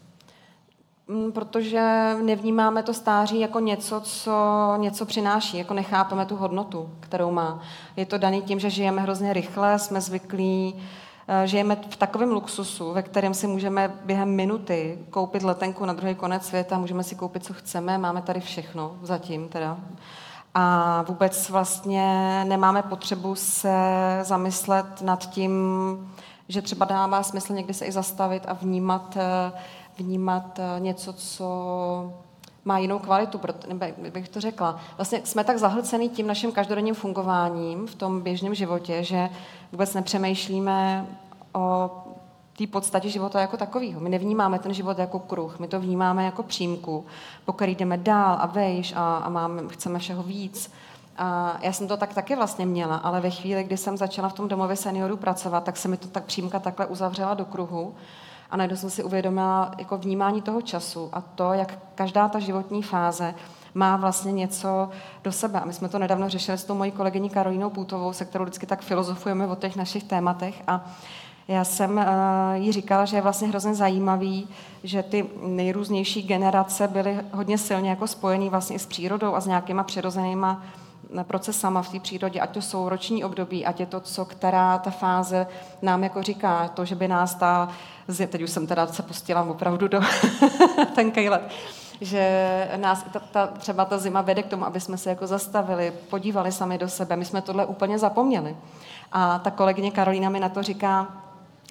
Protože nevnímáme to stáří jako něco, co něco přináší, jako nechápeme tu hodnotu, kterou má. Je to daný tím, že žijeme hrozně rychle, jsme zvyklí, žijeme v takovém luxusu, ve kterém si můžeme během minuty koupit letenku na druhý konec světa, můžeme si koupit, co chceme, máme tady všechno, zatím teda. A vůbec vlastně nemáme potřebu se zamyslet nad tím, že třeba dává smysl někdy se i zastavit a vnímat, vnímat něco, co má jinou kvalitu, nebo bych to řekla. Vlastně jsme tak zahlcený tím naším každodenním fungováním v tom běžném životě, že vůbec nepřemýšlíme o té podstatě života jako takového. My nevnímáme ten život jako kruh, my to vnímáme jako přímku, po který jdeme dál a vejš a, a máme, chceme všeho víc. A já jsem to tak taky vlastně měla, ale ve chvíli, kdy jsem začala v tom domově seniorů pracovat, tak se mi to tak přímka takhle uzavřela do kruhu. A najednou jsem si uvědomila jako vnímání toho času a to, jak každá ta životní fáze má vlastně něco do sebe. A my jsme to nedávno řešili s tou mojí kolegyní Karolínou Půtovou, se kterou vždycky tak filozofujeme o těch našich tématech. A já jsem uh, jí říkala, že je vlastně hrozně zajímavý, že ty nejrůznější generace byly hodně silně jako spojený vlastně s přírodou a s nějakýma přirozenýma procesama v té přírodě, ať to jsou roční období, ať je to, co která ta fáze nám jako říká, to, že by nás ta, teď už jsem teda se pustila opravdu do tenkej let, že nás ta, ta, třeba ta zima vede k tomu, aby jsme se jako zastavili, podívali sami do sebe, my jsme tohle úplně zapomněli. A ta kolegyně Karolína mi na to říká,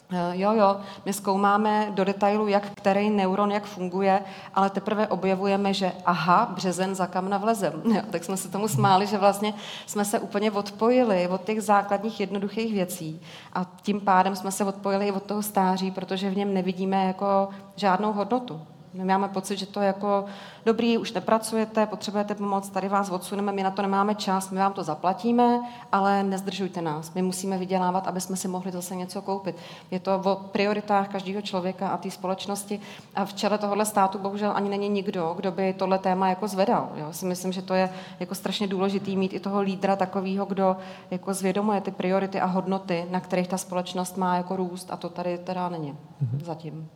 Jo, jo, my zkoumáme do detailu, jak který neuron, jak funguje, ale teprve objevujeme, že aha, březen za kamna vlezem. Jo, tak jsme se tomu smáli, že vlastně jsme se úplně odpojili od těch základních jednoduchých věcí a tím pádem jsme se odpojili i od toho stáří, protože v něm nevidíme jako žádnou hodnotu. My máme pocit, že to je jako dobrý, už nepracujete, potřebujete pomoc, tady vás odsuneme, my na to nemáme čas, my vám to zaplatíme, ale nezdržujte nás. My musíme vydělávat, aby jsme si mohli zase něco koupit. Je to o prioritách každého člověka a té společnosti a v čele tohohle státu bohužel ani není nikdo, kdo by tohle téma jako zvedal. Jo? Si myslím, že to je jako strašně důležitý mít i toho lídra takového, kdo jako zvědomuje ty priority a hodnoty, na kterých ta společnost má jako růst a to tady teda není mm-hmm. zatím.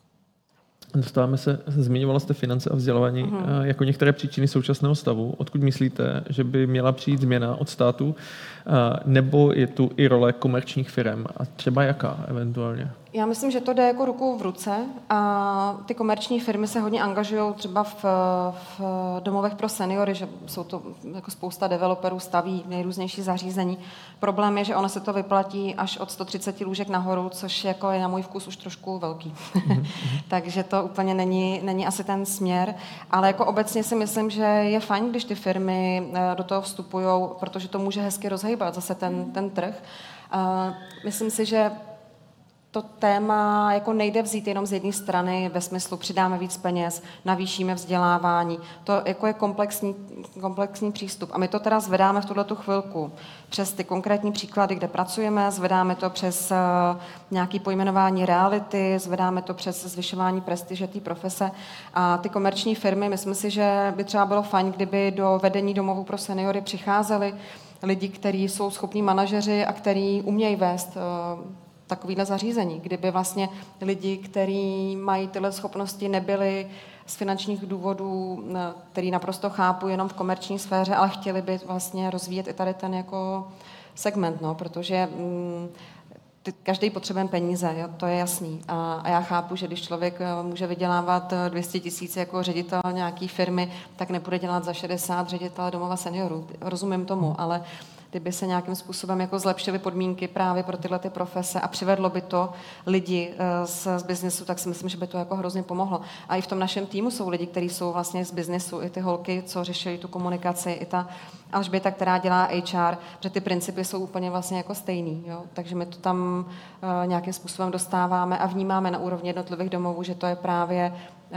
Dostáváme se, zmiňovala jste finance a vzdělávání uh-huh. jako některé příčiny současného stavu. Odkud myslíte, že by měla přijít změna od státu, nebo je tu i role komerčních firem a třeba jaká eventuálně? Já myslím, že to jde jako ruku v ruce a ty komerční firmy se hodně angažují třeba v, v domovech pro seniory, že jsou to jako spousta developerů, staví nejrůznější zařízení. Problém je, že ono se to vyplatí až od sto třicet lůžek nahoru, což jako je na můj vkus už trošku velký. Takže to úplně není, není asi ten směr, ale jako obecně si myslím, že je fajn, když ty firmy do toho vstupují, protože to může hezky rozhýbat zase ten, ten trh. Myslím si, že to téma jako nejde vzít jenom z jedné strany ve smyslu přidáme víc peněz, navýšíme vzdělávání. To jako je komplexní, komplexní přístup. A my to teda zvedáme v tuhletu chvilku přes ty konkrétní příklady, kde pracujeme, zvedáme to přes uh, nějaké pojmenování reality, zvedáme to přes zvyšování prestiže té profese. A ty komerční firmy, myslím si, že by třeba bylo fajn, kdyby do vedení domovů pro seniory přicházeli lidi, kteří jsou schopní manažeři a kteří umějí vést uh, takovýhle zařízení, kdyby vlastně lidi, kteří mají tyhle schopnosti, nebyli z finančních důvodů, který naprosto chápu, jenom v komerční sféře, ale chtěli by vlastně rozvíjet i tady ten jako segment, no, protože mm, ty, každý potřebuje peníze, jo, to je jasný. A, a já chápu, že když člověk může vydělávat dvě stě tisíc jako ředitel nějaký firmy, tak nebude dělat za šedesát ředitel domova seniorů. Rozumím tomu, ale kdyby se nějakým způsobem jako zlepšily podmínky právě pro tyhle ty profese a přivedlo by to lidi z, z biznesu, tak si myslím, že by to jako hrozně pomohlo. A i v tom našem týmu jsou lidi, kteří jsou vlastně z biznesu, i ty holky, co řeší tu komunikaci, i ta Alžběta, která dělá H R, že ty principy jsou úplně vlastně jako stejný. Jo? Takže my to tam uh, nějakým způsobem dostáváme a vnímáme na úrovni jednotlivých domovů, že to je právě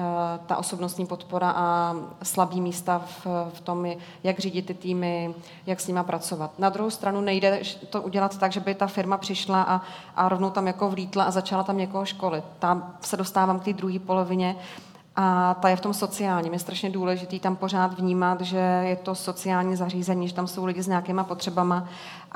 ta osobnostní podpora a slabý místa v, v tom, jak řídit ty týmy, jak s nima pracovat. Na druhou stranu nejde to udělat tak, že by ta firma přišla a, a rovnou tam jako vlítla a začala tam někoho školit. Tam se dostávám k té druhé polovině a ta je v tom sociálním. Je strašně důležitý tam pořád vnímat, že je to sociální zařízení, že tam jsou lidi s nějakýma potřebama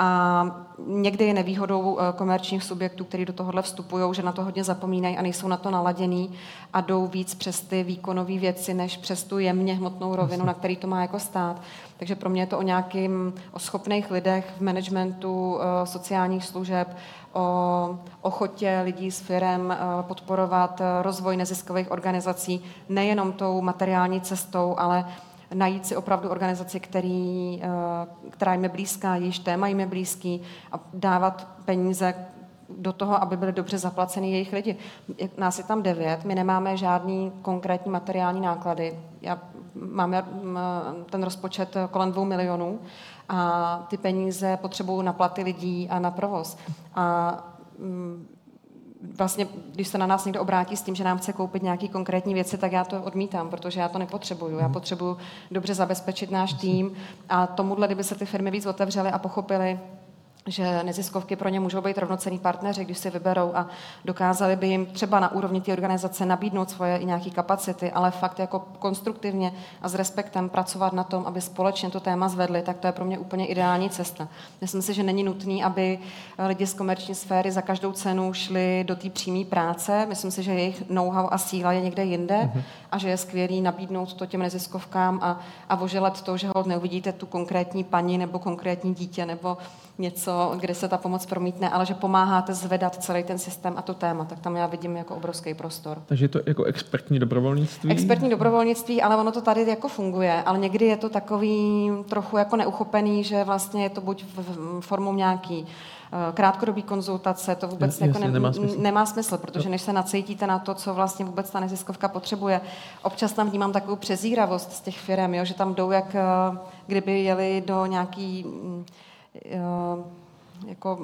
a někdy je nevýhodou komerčních subjektů, kteří do tohohle vstupují, že na to hodně zapomínají a nejsou na to naladěný a jdou víc přes ty výkonové věci, než přes tu jemně hmotnou rovinu, na který to má jako stát. Takže pro mě je to o nějakým, o schopných lidech v managementu sociálních služeb, o ochotě lidí s firem podporovat rozvoj neziskových organizací nejenom tou materiální cestou, ale najít si opravdu organizaci, který, která jim je blízká, jejíž téma jim je blízký a dávat peníze do toho, aby byly dobře zaplacený jejich lidi. Nás je tam devět, my nemáme žádný konkrétní materiální náklady. Já, máme ten rozpočet kolem dvou milionů a ty peníze potřebují na platy lidí a na provoz. A vlastně, když se na nás někdo obrátí s tím, že nám chce koupit nějaké konkrétní věci, tak já to odmítám, protože já to nepotřebuju. Já potřebuju dobře zabezpečit náš tým a tomuhle, kdyby se ty firmy víc otevřely a pochopily, že neziskovky pro ně můžou být rovnocenní partneři, když si vyberou a dokázali by jim třeba na úrovni té organizace nabídnout svoje i nějaké kapacity, ale fakt jako konstruktivně a s respektem pracovat na tom, aby společně to téma zvedli, tak to je pro mě úplně ideální cesta. Myslím si, že není nutný, aby lidi z komerční sféry za každou cenu šli do té přímé práce. Myslím si, že jejich know-how a síla je někde jinde mm-hmm. a že je skvělý nabídnout to těm neziskovkám a, a oželet to, že ho neuvidíte tu konkrétní paní nebo konkrétní dítě nebo něco co, kde se ta pomoc promítne, ale že pomáháte zvedat celý ten systém a to téma, tak tam já vidím jako obrovský prostor. Takže je to jako expertní dobrovolnictví? Expertní dobrovolnictví, ale ono to tady jako funguje, ale někdy je to takový trochu jako neuchopený, že vlastně je to buď v formou nějaký krátkodobý konzultace, to vůbec Jasně, jako ne, nemá smysl. nemá smysl, protože než se nacítíte na to, co vlastně vůbec ta neziskovka potřebuje, občas tam vnímám takovou přezíravost z těch firem, jo, že tam jdou, jak kdyby jeli do nějaký jako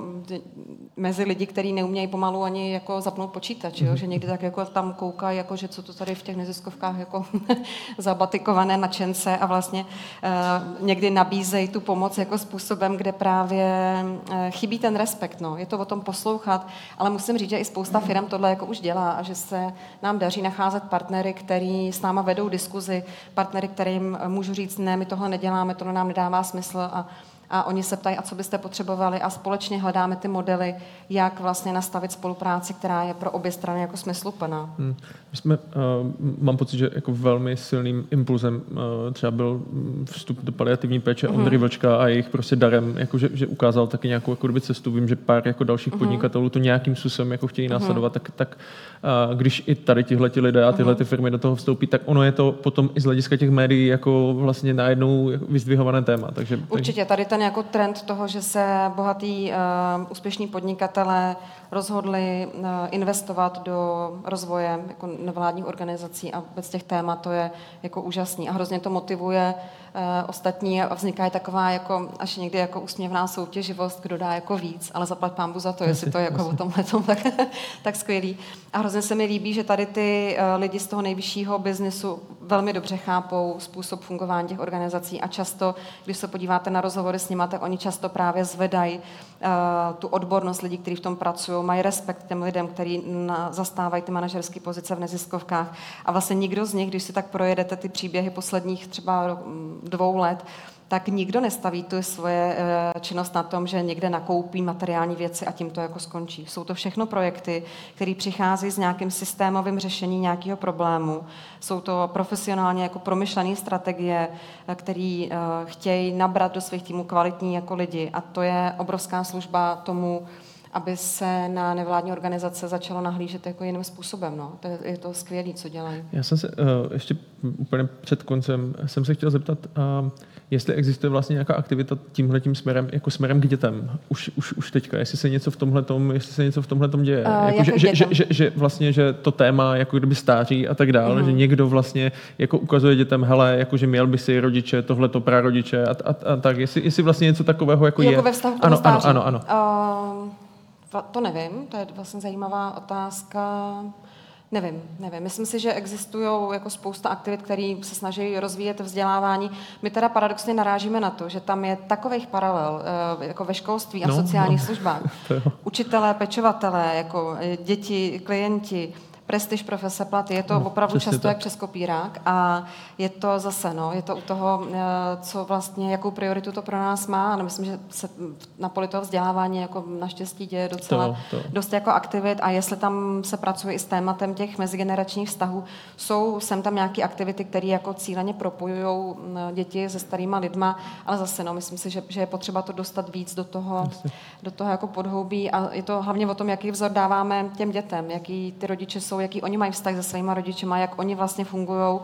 mezi lidi, kteří neumějí pomalu ani jako zapnout počítač, jo? Že někdy tak jako tam koukají, jako, že co to tady v těch neziskovkách jako zabatikované nadšence a vlastně uh, někdy nabízejí tu pomoc jako způsobem, kde právě uh, chybí ten respekt. No. Je to o tom poslouchat, ale musím říct, že i spousta firm tohle jako už dělá a že se nám daří nacházet partnery, který s náma vedou diskuzi, partnery, kterým můžu říct, ne, my tohle neděláme, tohle nám nedává smysl a A oni se ptají, a co byste potřebovali, a společně hledáme ty modely, jak vlastně nastavit spolupráci, která je pro obě strany jako smysluplná. Hmm. My jsme, uh, mám pocit, že jako velmi silným impulzem uh, třeba byl vstup do paliativní péče uh-huh. Ondry Vlčka a jejich prostě darem, jako že, že ukázal taky nějakou jako doby cestu. Vím, že pár jako dalších uh-huh. podnikatelů to nějakým způsobem jako chtějí uh-huh. následovat, tak, tak uh, když i tady tihleti lidé a tyhle ty firmy do toho vstoupí, tak ono je to potom i z hlediska těch médií jako vlastně najednou vyzdvihované téma. Takže, určitě, tady ten jako trend toho, že se bohatí uh, úspěšní podnikatelé rozhodli uh, investovat do rozvoje jako nevládních organizací a vůbec těch témat, to je jako úžasný a hrozně to motivuje uh, ostatní a vzniká je taková jako až někdy jako úsměvná soutěživost, kdo dá jako víc, ale zaplať pánbu za to, jestli to je jako o tomhletom tak, tak skvělý. A hrozně se mi líbí, že tady ty uh, lidi z toho nejvyššího biznesu velmi dobře chápou způsob fungování těch organizací a často, když se podíváte na rozhovory s nimi, tak oni často právě zvedají uh, tu odbornost lidí, kteří v tom pracují, mají respekt těm lidem, kteří na, zastávají ty manažerské pozice v neziskovkách. A vlastně nikdo z nich, když si tak projedete ty příběhy posledních třeba dvou let, tak nikdo nestaví tu svoje uh, činnost na tom, že někde nakoupí materiální věci a tím to jako skončí. Jsou to všechno projekty, které přichází s nějakým systémovým řešením nějakého problému. Jsou to profesionálně jako promyšlené strategie, které uh, chtějí nabrat do svých týmů kvalitní jako lidi a to je obrovská služba tomu, aby se na nevládní organizace začalo nahlížet jako jiným způsobem. No. To je, je to skvělé, co dělají. Já jsem se uh, ještě úplně před koncem jsem se chtěl zeptat, uh, jestli existuje vlastně nějaká aktivita tímhletím směrem, jako směrem k dětem. Už, už, už teďka, jestli se něco v tomhletom, jestli se něco v tomhletom děje. Uh, jako, jako že, že, že, že, že vlastně, že to téma jako kdyby stáří a tak dále, uh-huh. že někdo vlastně jako ukazuje dětem, hele, jako že měl by si rodiče, tohleto prarodiče a, a, a tak, jestli, jestli vlastně něco takového jako, jako je. Jako ve vztahu k ano, tomu stáří. ano, ano, ano. Uh, To nevím, to je vlastně zajímavá otázka. Nevím, nevím. Myslím si, že existují jako spousta aktivit, které se snaží rozvíjet vzdělávání. My teda paradoxně narážíme na to, že tam je takových paralel jako ve školství a no, v sociálních no. službách. Učitelé, pečovatelé, jako děti, klienti, prestiž, profese, platy. Je to no, opravdu často tak. Jak přes kopírák a je to zase, no, je to u toho, co vlastně, jakou prioritu to pro nás má. A myslím, že se na poli toho vzdělávání jako naštěstí děje docela to, to. dost jako aktivit a jestli tam se pracuje i s tématem těch mezigeneračních vztahů, jsou sem tam nějaké aktivity, které jako cíleně propojují děti se starýma lidma, ale zase, no, myslím si, že, že je potřeba to dostat víc do toho, do toho jako podhoubí a je to hlavně o tom, jaký vzor dáváme těm dětem, jaký ty rodiče jsou, jaký oni mají vztah se svýma rodičema, jak oni vlastně fungujou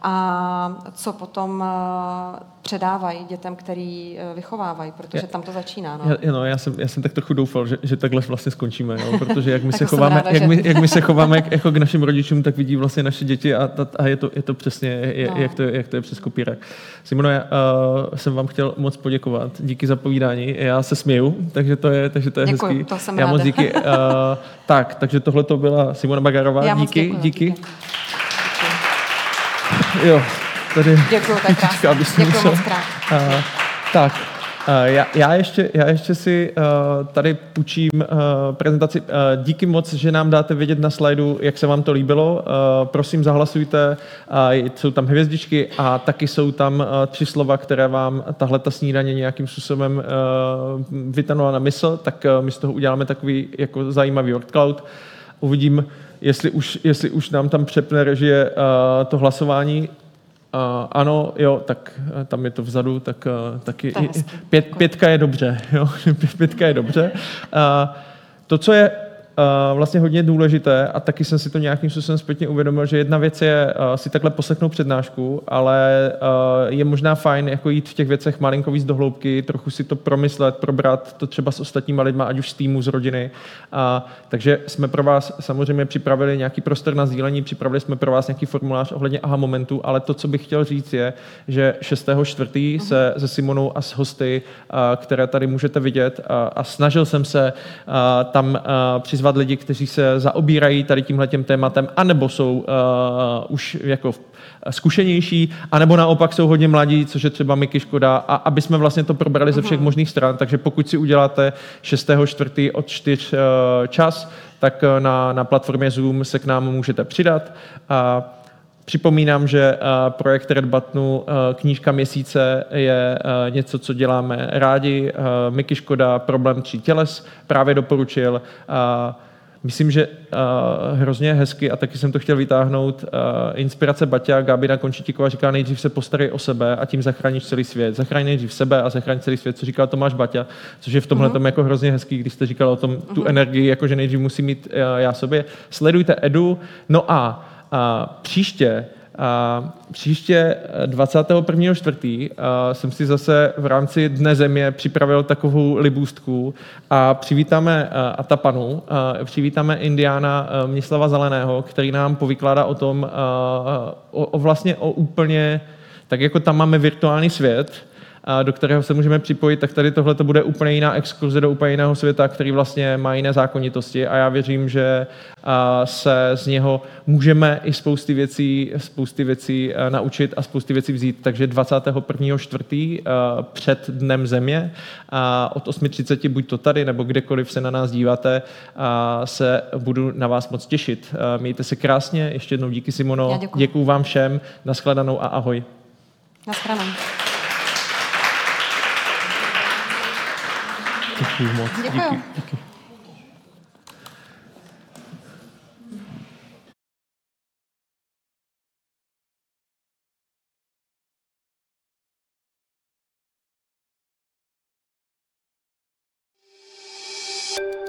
a co potom předávají dětem, který vychovávají, protože já, tam to začíná. No. Já, no, já, jsem, já jsem tak trochu doufal, že, že takhle vlastně skončíme, no, protože jak my, se chováme, ráda, jak, my, jak my se chováme jako k našim rodičům, tak vidí vlastně naše děti a, a je, to, je to přesně, je, no. jak, to, jak to je přes kopírák. Simono, já uh, jsem vám chtěl moc poděkovat. Díky za povídání. Já se směju, takže to je, takže to je Děkuju, hezký. To jsem já ráda. Moc díky. Uh, tak, takže tohle to byla Simona Bagarová. Já díky, děkuju, díky. díky. Jo, tady děkuju, tak krásně. Děkuju moc krát. Uh, tak, uh, já, já, ještě, já ještě si uh, tady půjčím uh, prezentaci. Uh, díky moc, že nám dáte vědět na slajdu, jak se vám to líbilo. Uh, prosím, zahlasujte. Uh, jsou tam hvězdičky a taky jsou tam uh, tři slova, které vám tahle ta snídaně nějakým způsobem uh, vytanula na mysl, tak uh, my z toho uděláme takový jako zajímavý word cloud. Uvidím, jestli už, jestli už nám tam přepne režie uh, to hlasování. ano, jo, tak uh, tam je to vzadu, tak uh, taky To je i, pět, pětka je dobře, jo, pětka je dobře. Uh, to, co je Uh, vlastně hodně důležité a taky jsem si to nějakým způsobem zpětně uvědomil, že jedna věc je uh, si takhle poslechnout přednášku, ale uh, je možná fajn jako jít v těch věcech malinko víc do hloubky, trochu si to promyslet, probrat to třeba s ostatníma lidma, ať už z týmu, z rodiny. Uh, takže jsme pro vás samozřejmě připravili nějaký prostor na sdílení, připravili jsme pro vás nějaký formulář ohledně aha momentu, ale to, co bych chtěl říct, je, že šestého čtvrtého uh-huh. se se Simonou a s hosty, uh, které tady můžete vidět, uh, a snažil jsem se uh, tam uh, přizvat lidi, kteří se zaobírají tady tímhletěm tématem, anebo jsou uh, už jako zkušenější, anebo naopak jsou hodně mladí, což je třeba Miky Škoda, a aby jsme vlastně to probrali ze všech možných stran. Takže pokud si uděláte šestého čtvrtého od čtyř uh, čas, tak uh, na, na platformě Zoom se k nám můžete přidat. A připomínám, že uh, projekt Red Buttonu, uh, knížka měsíce, je uh, něco, co děláme rádi. Uh, Miky Škoda, Problém tří těles, právě doporučil. Uh, Myslím, že uh, hrozně hezky, a taky jsem to chtěl vytáhnout, uh, inspirace Baťa, Gábina Končitíková říká, nejdřív se postarej o sebe a tím zachráníš celý svět. Zachraň nejdřív sebe a zachraň celý svět, co říkal Tomáš Baťa, což je v tomhle tom uh-huh. jako hrozně hezký, když jste říkal o tom, uh-huh. tu energii, jako že nejdřív musím mít uh, já sobě. Sledujte Edu. No a uh, příště A příště dvacátého prvního čtvrtého jsem si zase v rámci Dne země připravil takovou libůstku a přivítáme Atapanu, přivítáme Indiána Mnislava Zeleného, který nám povykládá o tom, o, o vlastně o úplně, tak jako tam máme virtuální svět, do kterého se můžeme připojit, tak tady tohle to bude úplně jiná exkurze do úplně jiného světa, který vlastně má jiné zákonitosti, a já věřím, že se z něho můžeme i spousty věcí, spousty věcí naučit a spousty věcí vzít. Takže dvacátého prvního čtvrtého před Dnem země od osm třicet buď to tady, nebo kdekoliv se na nás díváte, se budu na vás moc těšit. Mějte se krásně, ještě jednou díky, Simono. Děkuji. Děkuju vám všem, nashledanou a ahoj. Nashledanou. Děkuju moc. Děkuju. Díky, díky. you